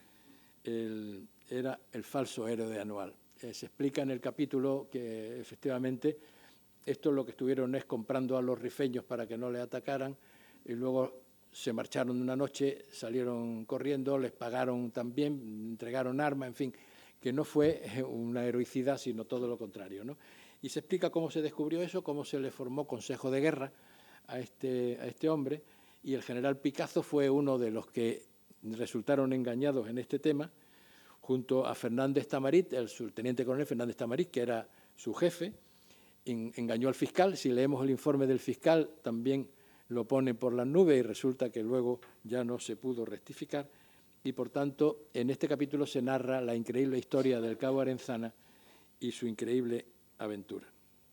E: El, era el falso héroe de Anual. Eh, se explica en el capítulo que efectivamente esto lo que estuvieron es comprando a los rifeños para que no le atacaran y luego se marcharon una noche, salieron corriendo, les pagaron también, entregaron armas, en fin, que no fue una heroicidad, sino todo lo contrario, ¿no? Y se explica cómo se descubrió eso, cómo se le formó consejo de guerra a este, a este hombre, y el general Picazo fue uno de los que resultaron engañados en este tema, junto a Fernández Tamarit, el subteniente coronel Fernández Tamarit, que era su jefe, en, engañó al fiscal. Si leemos el informe del fiscal, también lo pone por las nubes y resulta que luego ya no se pudo rectificar. Y, por tanto, en este capítulo se narra la increíble historia del cabo Arenzana y su increíble aventura.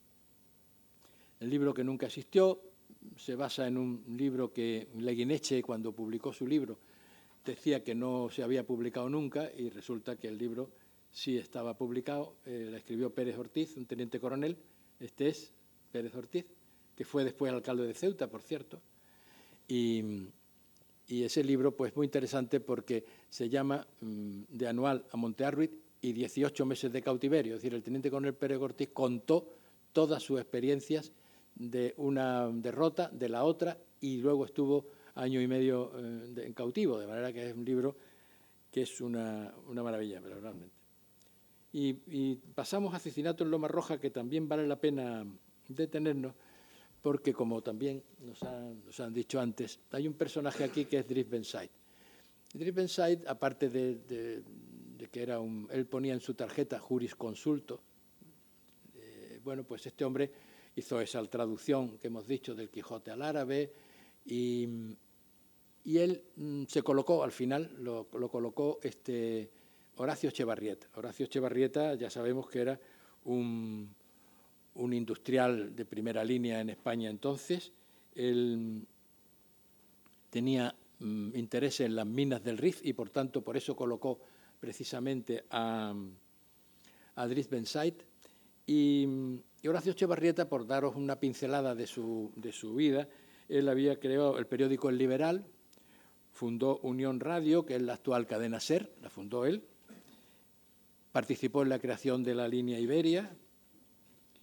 E: El libro que nunca existió se basa en un libro que Leguineche, cuando publicó su libro, decía que no se había publicado nunca y resulta que el libro sí estaba publicado. Eh, la escribió Pérez Ortiz, un teniente coronel. Este es Pérez Ortiz, que fue después alcalde de Ceuta, por cierto. Y, y ese libro, pues, muy interesante porque se llama mmm, De Anual a Monte Arruiz y dieciocho meses de cautiverio. Es decir, el teniente coronel Pérez Ortiz contó todas sus experiencias de una derrota, de la otra, y luego estuvo año y medio eh, de, en cautivo, de manera que es un libro que es una, una maravilla, pero realmente. Y, y pasamos a Asesinato en Loma Roja, que también vale la pena detenernos, porque como también nos han, nos han dicho antes, hay un personaje aquí que es Driss Ben Said. Driss Ben Said, aparte de, de, de que era un, él ponía en su tarjeta jurisconsulto, eh, bueno, pues este hombre hizo esa traducción que hemos dicho del Quijote al árabe y, y él mm, se colocó, al final lo, lo colocó este Horacio Echevarrieta. Horacio Echevarrieta ya sabemos que era un, un industrial de primera línea en España entonces. Él tenía mm, interés en las minas del Rif y por tanto por eso colocó precisamente a, a Driss Ben Said. Y, y Horacio Echevarrieta, por daros una pincelada de su, de su vida, él había creado el periódico El Liberal, fundó Unión Radio, que es la actual cadena SER, la fundó él, participó en la creación de la línea Iberia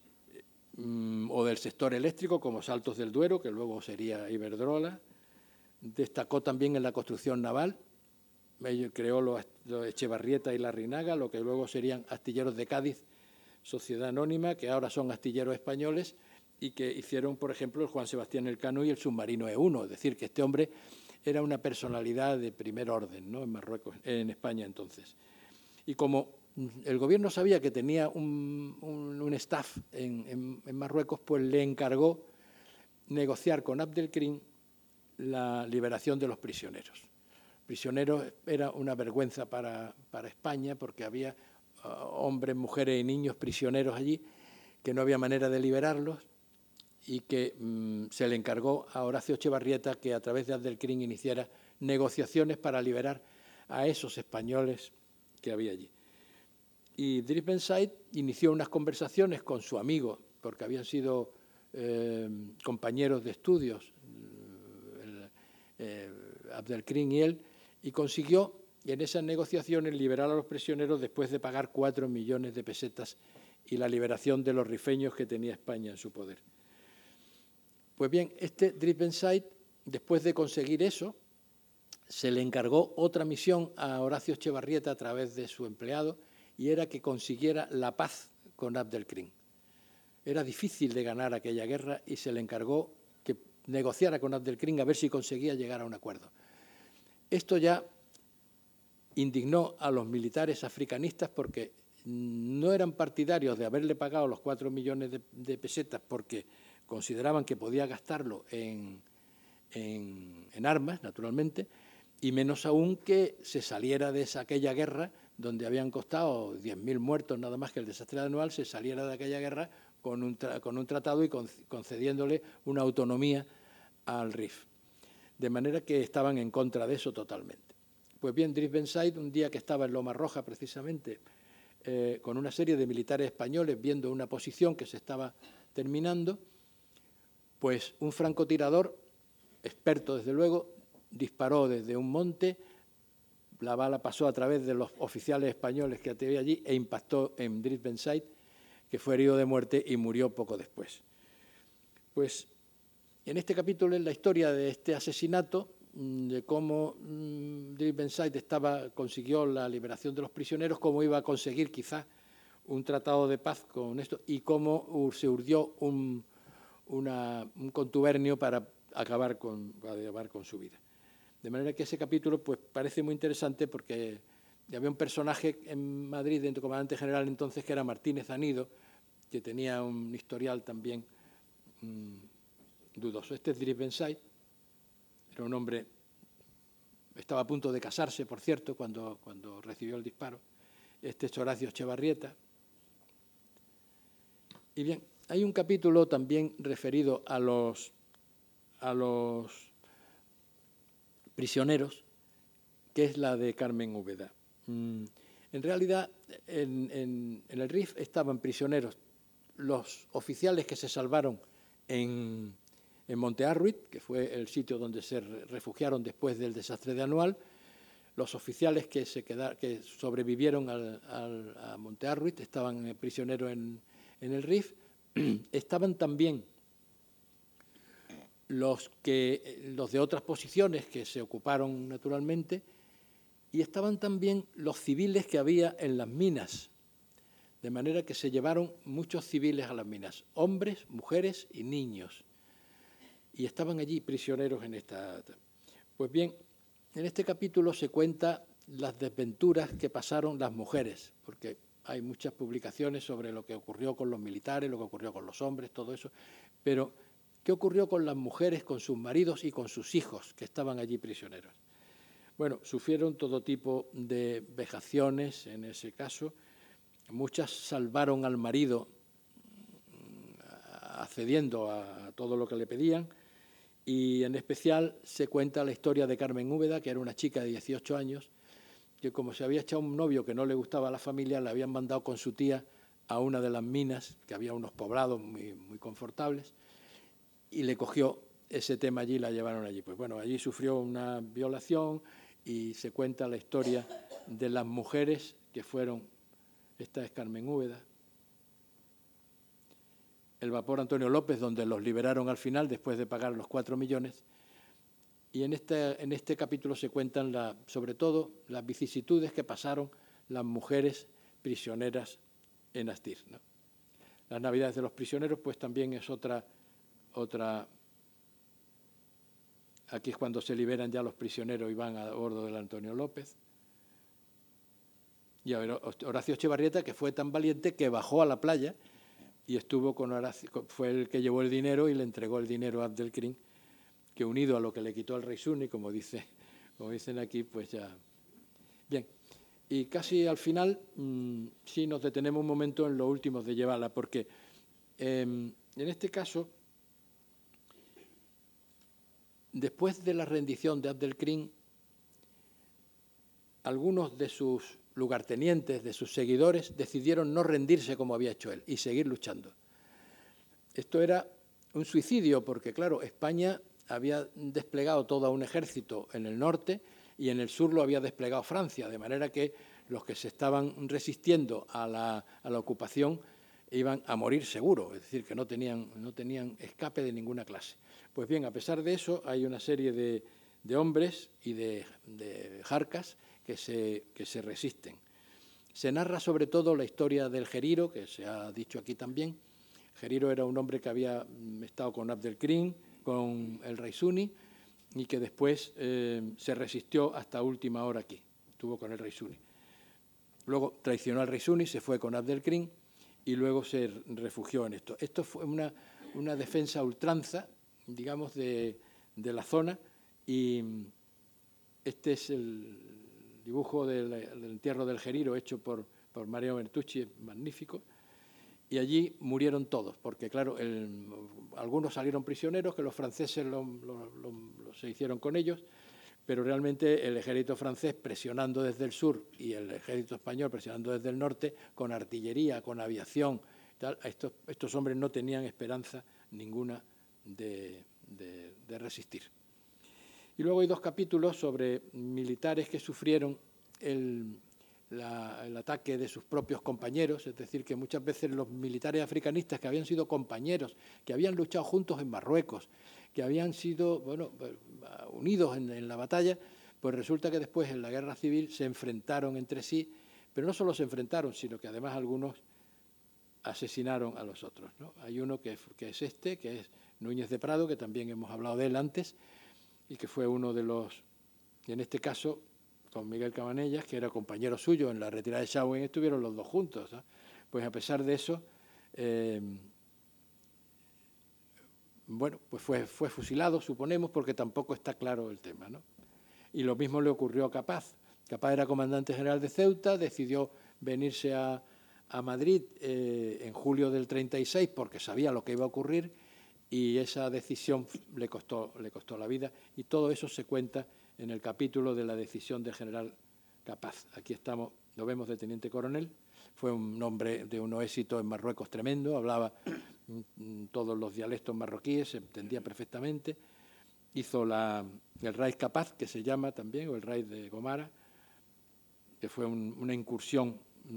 E: mmm, o del sector eléctrico como Saltos del Duero, que luego sería Iberdrola, Destacó también en la construcción naval. Ello creó los, los Echevarrieta y Larrinaga, lo que luego serían Astilleros de Cádiz, sociedad anónima, que ahora son astilleros españoles, y que hicieron, por ejemplo, el Juan Sebastián Elcano y el submarino E uno. Es decir, que este hombre era una personalidad de primer orden, ¿no?, en Marruecos, en España entonces. Y como el gobierno sabía que tenía un, un, un staff en, en, en Marruecos, pues le encargó negociar con Abdelkrim la liberación de los prisioneros. Prisioneros era una vergüenza para, para España, porque había uh, hombres, mujeres y niños prisioneros allí, que no había manera de liberarlos, y que mmm, se le encargó a Horacio Echevarrieta que a través de Abdelkrim iniciara negociaciones para liberar a esos españoles que había allí. Y Driss Ben Said inició unas conversaciones con su amigo, porque habían sido eh, compañeros de estudios, el, eh, Abdelkrim y él, y consiguió en esas negociaciones liberar a los prisioneros después de pagar cuatro millones de pesetas y la liberación de los rifeños que tenía España en su poder. Pues bien, este Driss Ben Said, después de conseguir eso, se le encargó otra misión a Horacio Echevarrieta a través de su empleado, y era que consiguiera la paz con Abdelkrim. Era difícil de ganar aquella guerra y se le encargó que negociara con Abdelkrim a ver si conseguía llegar a un acuerdo. Esto ya indignó a los militares africanistas, porque no eran partidarios de haberle pagado los cuatro millones de, de pesetas porque consideraban que podía gastarlo en, en, en armas, naturalmente, y menos aún que se saliera de esa, aquella guerra donde habían costado diez mil muertos nada más que el desastre anual, se saliera de aquella guerra con un, tra con un tratado y con concediéndole una autonomía al Rif. De manera que estaban en contra de eso totalmente. Pues bien, Driss Ben Said, un día que estaba en Loma Roja precisamente, eh, con una serie de militares españoles viendo una posición que se estaba terminando, pues un francotirador, experto desde luego, disparó desde un monte, la bala pasó a través de los oficiales españoles que había allí e impactó en Driss Ben Said, que fue herido de muerte y murió poco después. Pues en este capítulo es la historia de este asesinato, de cómo mmm, Driss Ben Said estaba, consiguió la liberación de los prisioneros, cómo iba a conseguir quizás un tratado de paz con esto y cómo se urdió un, una, un contubernio para acabar con, para acabar con su vida. De manera que ese capítulo pues, parece muy interesante porque había un personaje en Madrid, dentro del comandante general entonces, que era Martínez Anido, que tenía un historial también mmm, dudoso. Este es Driss Ben Said, era un hombre, estaba a punto de casarse, por cierto, cuando, cuando recibió el disparo. Este es Horacio Echevarrieta. Y bien, hay un capítulo también referido a los, a los prisioneros, que es la de Carmen Úbeda. Mm, en realidad, en, en, en el Rif estaban prisioneros los oficiales que se salvaron en, en Monte Arruit, que fue el sitio donde se refugiaron después del desastre de Anual, los oficiales que, se quedaron, que sobrevivieron al, al, a Monte Arruit estaban prisioneros en, en el Rif. Estaban también los, que, los de otras posiciones que se ocuparon naturalmente, y estaban también los civiles que había en las minas, de manera que se llevaron muchos civiles a las minas, hombres, mujeres y niños, y estaban allí prisioneros en esta... Pues bien, en este capítulo se cuenta las desventuras que pasaron las mujeres, porque hay muchas publicaciones sobre lo que ocurrió con los militares, lo que ocurrió con los hombres, todo eso, pero ¿qué ocurrió con las mujeres, con sus maridos y con sus hijos que estaban allí prisioneros? Bueno, sufrieron todo tipo de vejaciones en ese caso. Muchas salvaron al marido accediendo a todo lo que le pedían, y en especial se cuenta la historia de Carmen Úbeda, que era una chica de dieciocho años, que como se había echado un novio que no le gustaba a la familia, la habían mandado con su tía a una de las minas, que había unos poblados muy, muy confortables, y le cogió ese tema allí y la llevaron allí. Pues bueno, allí sufrió una violación y se cuenta la historia de las mujeres que fueron, esta es Carmen Úbeda, el vapor Antonio López, donde los liberaron al final después de pagar los cuatro millones, y en este, en este capítulo se cuentan la, sobre todo las vicisitudes que pasaron las mujeres prisioneras en Astir, ¿no? Las Navidades de los prisioneros pues también es otra, otra... Aquí es cuando se liberan ya los prisioneros y van a bordo del Antonio López. Y a ver, Horacio Echevarrieta, que fue tan valiente que bajó a la playa y estuvo con Horacio, fue el que llevó el dinero y le entregó el dinero a Abdelkrim, que unido a lo que le quitó al rey Suni, como, dice, como dicen aquí, pues ya... Bien, y casi al final mmm, sí nos detenemos un momento en los últimos de Yevala, porque eh, en este caso, después de la rendición de Abdelkrim, algunos de sus lugartenientes, de sus seguidores, decidieron no rendirse como había hecho él y seguir luchando. Esto era un suicidio porque, claro, España había desplegado todo un ejército en el norte y en el sur lo había desplegado Francia, de manera que los que se estaban resistiendo a la, a la ocupación iban a morir seguro, es decir, que no tenían, no tenían escape de ninguna clase. Pues bien, a pesar de eso, hay una serie de, de hombres y de, de jarcas que se, que se resisten. Se narra sobre todo la historia del Geriro, que se ha dicho aquí también. Geriro era un hombre que había estado con Abdelkrim, con el rey Suni, y que después eh, se resistió hasta última hora aquí, estuvo con el rey Suni. Luego traicionó al rey Suni, se fue con Abdelkrim y luego se refugió en esto. Esto fue una, una defensa a ultranza, digamos, de, de la zona, y este es el dibujo del, del entierro del Geriro hecho por, por Mario Bertucci, magnífico. Y allí murieron todos, porque, claro, el, algunos salieron prisioneros, que los franceses lo, lo, lo, lo, se hicieron con ellos, pero realmente el ejército francés presionando desde el sur y el ejército español presionando desde el norte, con artillería, con aviación, tal, estos, estos hombres no tenían esperanza ninguna de, de, de resistir. Y luego hay dos capítulos sobre militares que sufrieron el... La, el ataque de sus propios compañeros, es decir, que muchas veces los militares africanistas que habían sido compañeros, que habían luchado juntos en Marruecos, que habían sido bueno, unidos en, en la batalla, pues resulta que después en la guerra civil se enfrentaron entre sí, pero no solo se enfrentaron, sino que además algunos asesinaron a los otros, ¿no? Hay uno que, que es este, que es Núñez de Prado, que también hemos hablado de él antes, y que fue uno de los, y en este caso, con Miguel Cabanellas, que era compañero suyo en la retirada de Chauvin, estuvieron los dos juntos, ¿no? Pues a pesar de eso, eh, bueno, pues fue, fue fusilado, suponemos, porque tampoco está claro el tema, ¿no? Y lo mismo le ocurrió a Capaz. Capaz era comandante general de Ceuta, decidió venirse a, a Madrid eh, en julio del treinta y seis porque sabía lo que iba a ocurrir y esa decisión le costó, le costó la vida, y todo eso se cuenta en el capítulo de la decisión del general Capaz. Aquí estamos, lo vemos de teniente coronel, fue un hombre de un éxito en Marruecos tremendo, hablaba todos los dialectos marroquíes, se entendía perfectamente, hizo la, el raid Capaz, que se llama también, o el raid de Gomara, que fue un, una incursión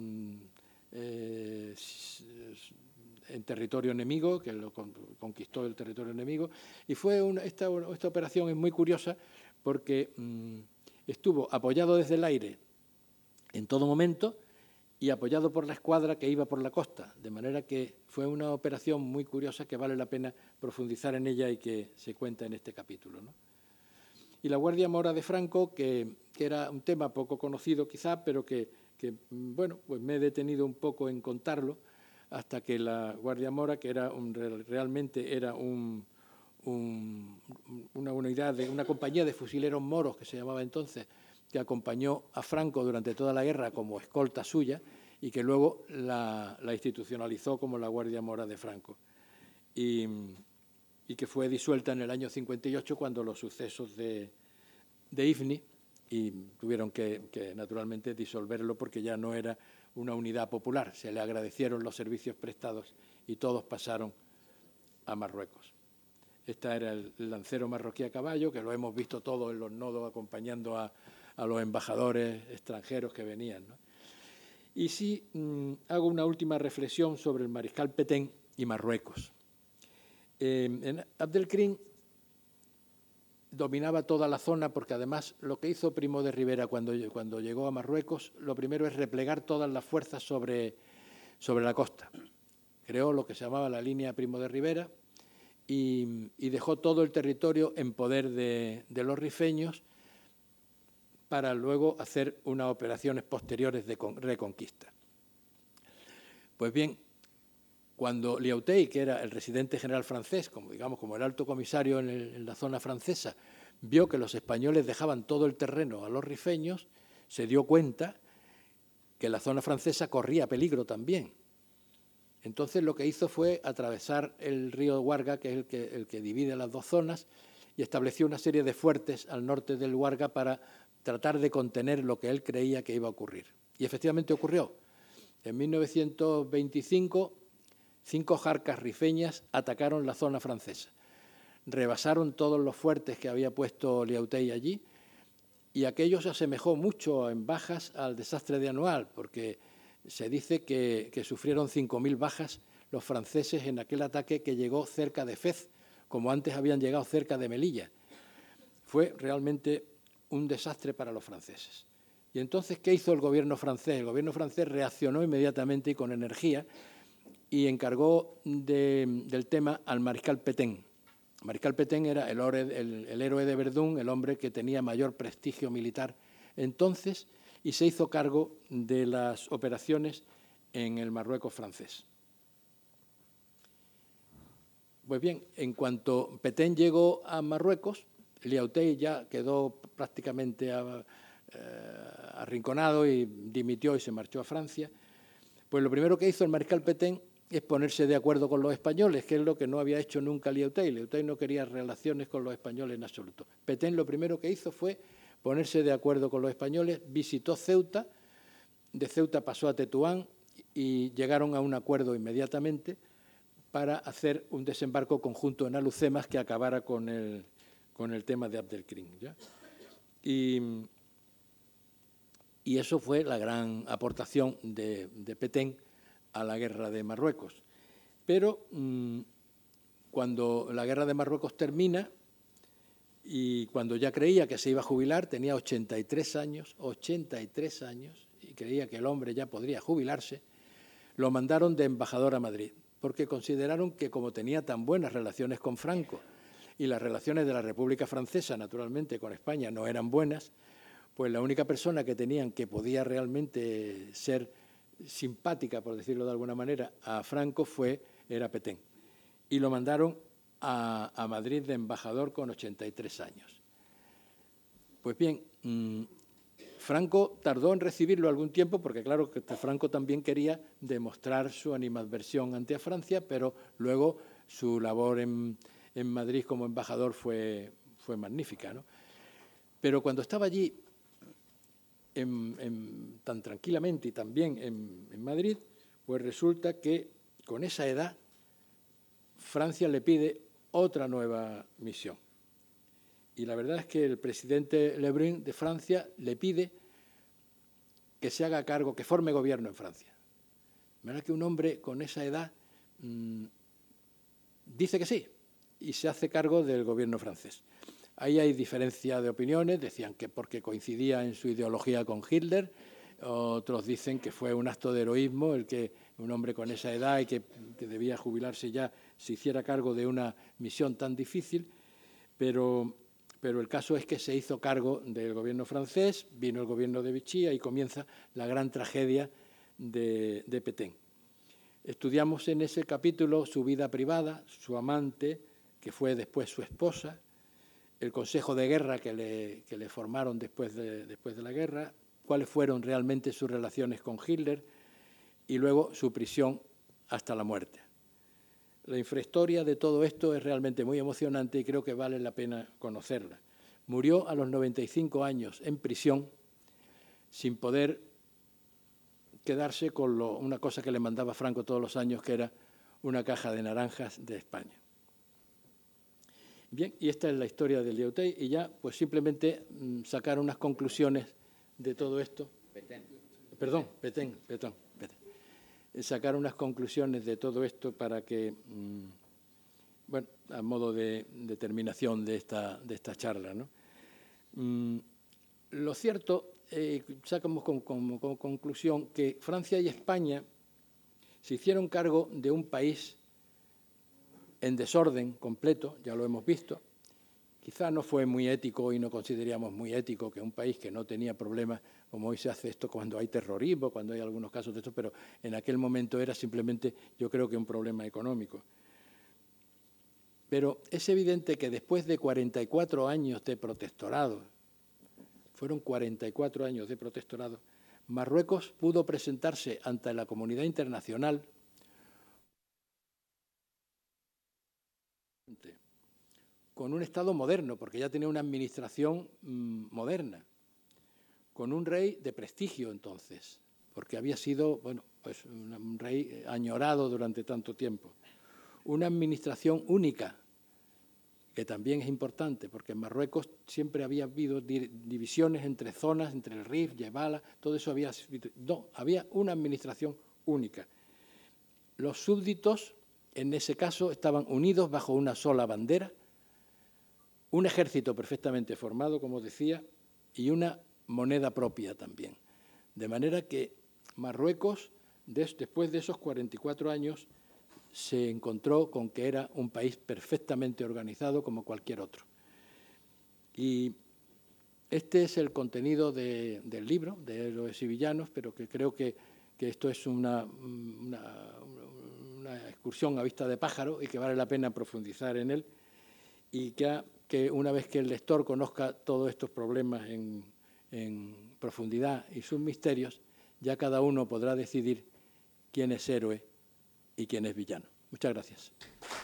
E: eh, en territorio enemigo, que lo conquistó el territorio enemigo, y fue una, esta, esta operación es muy curiosa, porque mmm, estuvo apoyado desde el aire en todo momento y apoyado por la escuadra que iba por la costa, de manera que fue una operación muy curiosa que vale la pena profundizar en ella y que se cuenta en este capítulo, ¿no? Y la Guardia Mora de Franco, que, que era un tema poco conocido quizá, pero que, que, bueno, pues me he detenido un poco en contarlo, hasta que la Guardia Mora, que era un, realmente era un... Un, una unidad de una compañía de fusileros moros que se llamaba entonces, que acompañó a Franco durante toda la guerra como escolta suya y que luego la, la institucionalizó como la Guardia Mora de Franco y, y que fue disuelta en el año cincuenta y ocho cuando los sucesos de, de Ifni, y tuvieron que, que naturalmente disolverlo porque ya no era una unidad popular, se le agradecieron los servicios prestados y todos pasaron a Marruecos. Este era el lancero marroquí a caballo, que lo hemos visto todos en los nodos acompañando a, a los embajadores extranjeros que venían, ¿no? Y sí mmm, hago una última reflexión sobre el mariscal Petén y Marruecos. Eh, en Abdelkrim dominaba toda la zona, porque además lo que hizo Primo de Rivera cuando, cuando llegó a Marruecos, lo primero es replegar todas las fuerzas sobre, sobre la costa. Creó lo que se llamaba la línea Primo de Rivera y, y dejó todo el territorio en poder de, de los rifeños para luego hacer unas operaciones posteriores de reconquista. Pues bien, cuando Lyautey, que era el residente general francés, como digamos como el alto comisario en, el, en la zona francesa, vio que los españoles dejaban todo el terreno a los rifeños, se dio cuenta que la zona francesa corría peligro también. Entonces lo que hizo fue atravesar el río Huarga, que es el que, el que divide las dos zonas, y estableció una serie de fuertes al norte del Huarga para tratar de contener lo que él creía que iba a ocurrir. Y efectivamente ocurrió. En mil novecientos veinticinco, cinco jarcas rifeñas atacaron la zona francesa. Rebasaron todos los fuertes que había puesto Lyautey allí y aquello se asemejó mucho en bajas al desastre de Anual, porque se dice que, que sufrieron cinco mil bajas los franceses en aquel ataque que llegó cerca de Fez, como antes habían llegado cerca de Melilla. Fue realmente un desastre para los franceses. Y entonces, ¿qué hizo el gobierno francés? El gobierno francés reaccionó inmediatamente y con energía y encargó de, del tema al mariscal Pétain. El mariscal Pétain era el, el, el héroe de Verdún, el hombre que tenía mayor prestigio militar entonces, y se hizo cargo de las operaciones en el Marruecos francés. Pues bien, en cuanto Pétain llegó a Marruecos, Lyautey ya quedó prácticamente a, eh, arrinconado y dimitió y se marchó a Francia. Pues lo primero que hizo el mariscal Pétain es ponerse de acuerdo con los españoles, que es lo que no había hecho nunca Lyautey. Lyautey no quería relaciones con los españoles en absoluto. Pétain lo primero que hizo fue ponerse de acuerdo con los españoles, visitó Ceuta, de Ceuta pasó a Tetuán y llegaron a un acuerdo inmediatamente para hacer un desembarco conjunto en Alhucemas que acabara con el, con el tema de Abdelkrim, ¿ya? Y, y eso fue la gran aportación de, de Pétain a la guerra de Marruecos. Pero mmm, cuando la guerra de Marruecos termina y cuando ya creía que se iba a jubilar, tenía ochenta y tres años, ochenta y tres años, y creía que el hombre ya podría jubilarse, lo mandaron de embajador a Madrid, porque consideraron que como tenía tan buenas relaciones con Franco y las relaciones de la República Francesa, naturalmente, con España no eran buenas, pues la única persona que tenían que podía realmente ser simpática, por decirlo de alguna manera, a Franco fue, era Pétain. Y lo mandaron a, a Madrid de embajador con ochenta y tres años. Pues bien, mmm, Franco tardó en recibirlo algún tiempo, porque claro que Franco también quería demostrar su animadversión ante Francia, pero luego su labor en, en Madrid como embajador fue, fue magnífica, ¿no? Pero cuando estaba allí, En, en, tan tranquilamente y también en, en Madrid, pues resulta que con esa edad Francia le pide otra nueva misión. Y la verdad es que el presidente Lebrun de Francia le pide que se haga cargo, que forme gobierno en Francia. De manera que un hombre con esa edad mmm, dice que sí y se hace cargo del gobierno francés. Ahí hay diferencia de opiniones, decían que porque coincidía en su ideología con Hitler, otros dicen que fue un acto de heroísmo el que un hombre con esa edad y que, que debía jubilarse ya se hiciera cargo de una misión tan difícil, pero, pero el caso es que se hizo cargo del gobierno francés, vino el gobierno de Vichy y comienza la gran tragedia de, de Pétain. Estudiamos en ese capítulo su vida privada, su amante, que fue después su esposa, el consejo de guerra que le, que le formaron después de, después de la guerra, cuáles fueron realmente sus relaciones con Hitler y luego su prisión hasta la muerte. La infrahistoria de todo esto es realmente muy emocionante y creo que vale la pena conocerla. Murió a los noventa y cinco años en prisión sin poder quedarse con lo, una cosa que le mandaba Franco todos los años, que era una caja de naranjas de España. Bien, y esta es la historia del Lyautey y ya pues simplemente mmm, sacar unas conclusiones de todo esto. Pétain. Perdón, Pétain, Pétain, Pétain. Sacar unas conclusiones de todo esto para que mmm, bueno, a modo de, de terminación de esta, de esta charla, ¿no? Mm, lo cierto, eh, sacamos como, como, como conclusión que Francia y España se hicieron cargo de un país en desorden completo, ya lo hemos visto. Quizá no fue muy ético y no consideramos muy ético que un país que no tenía problemas, como hoy se hace esto cuando hay terrorismo, cuando hay algunos casos de esto, pero en aquel momento era simplemente, yo creo que un problema económico. Pero es evidente que después de cuarenta y cuatro años de protectorado, fueron cuarenta y cuatro años de protectorado, Marruecos pudo presentarse ante la comunidad internacional con un Estado moderno, porque ya tenía una administración mmm, moderna, con un rey de prestigio entonces, porque había sido, bueno, pues un, un rey añorado durante tanto tiempo. Una administración única, que también es importante, porque en Marruecos siempre había habido divisiones entre zonas, entre el Rif, Yebala, todo eso había... No, había una administración única. Los súbditos, en ese caso, estaban unidos bajo una sola bandera, un ejército perfectamente formado, como decía, y una moneda propia también. De manera que Marruecos, después de esos cuarenta y cuatro años, se encontró con que era un país perfectamente organizado como cualquier otro. Y este es el contenido de, del libro, de Héroes y Villanos, pero que creo que, que esto es una, una, una excursión a vista de pájaro y que vale la pena profundizar en él, y que, que una vez que el lector conozca todos estos problemas en, en profundidad y sus misterios, ya cada uno podrá decidir quién es héroe y quién es villano. Muchas gracias.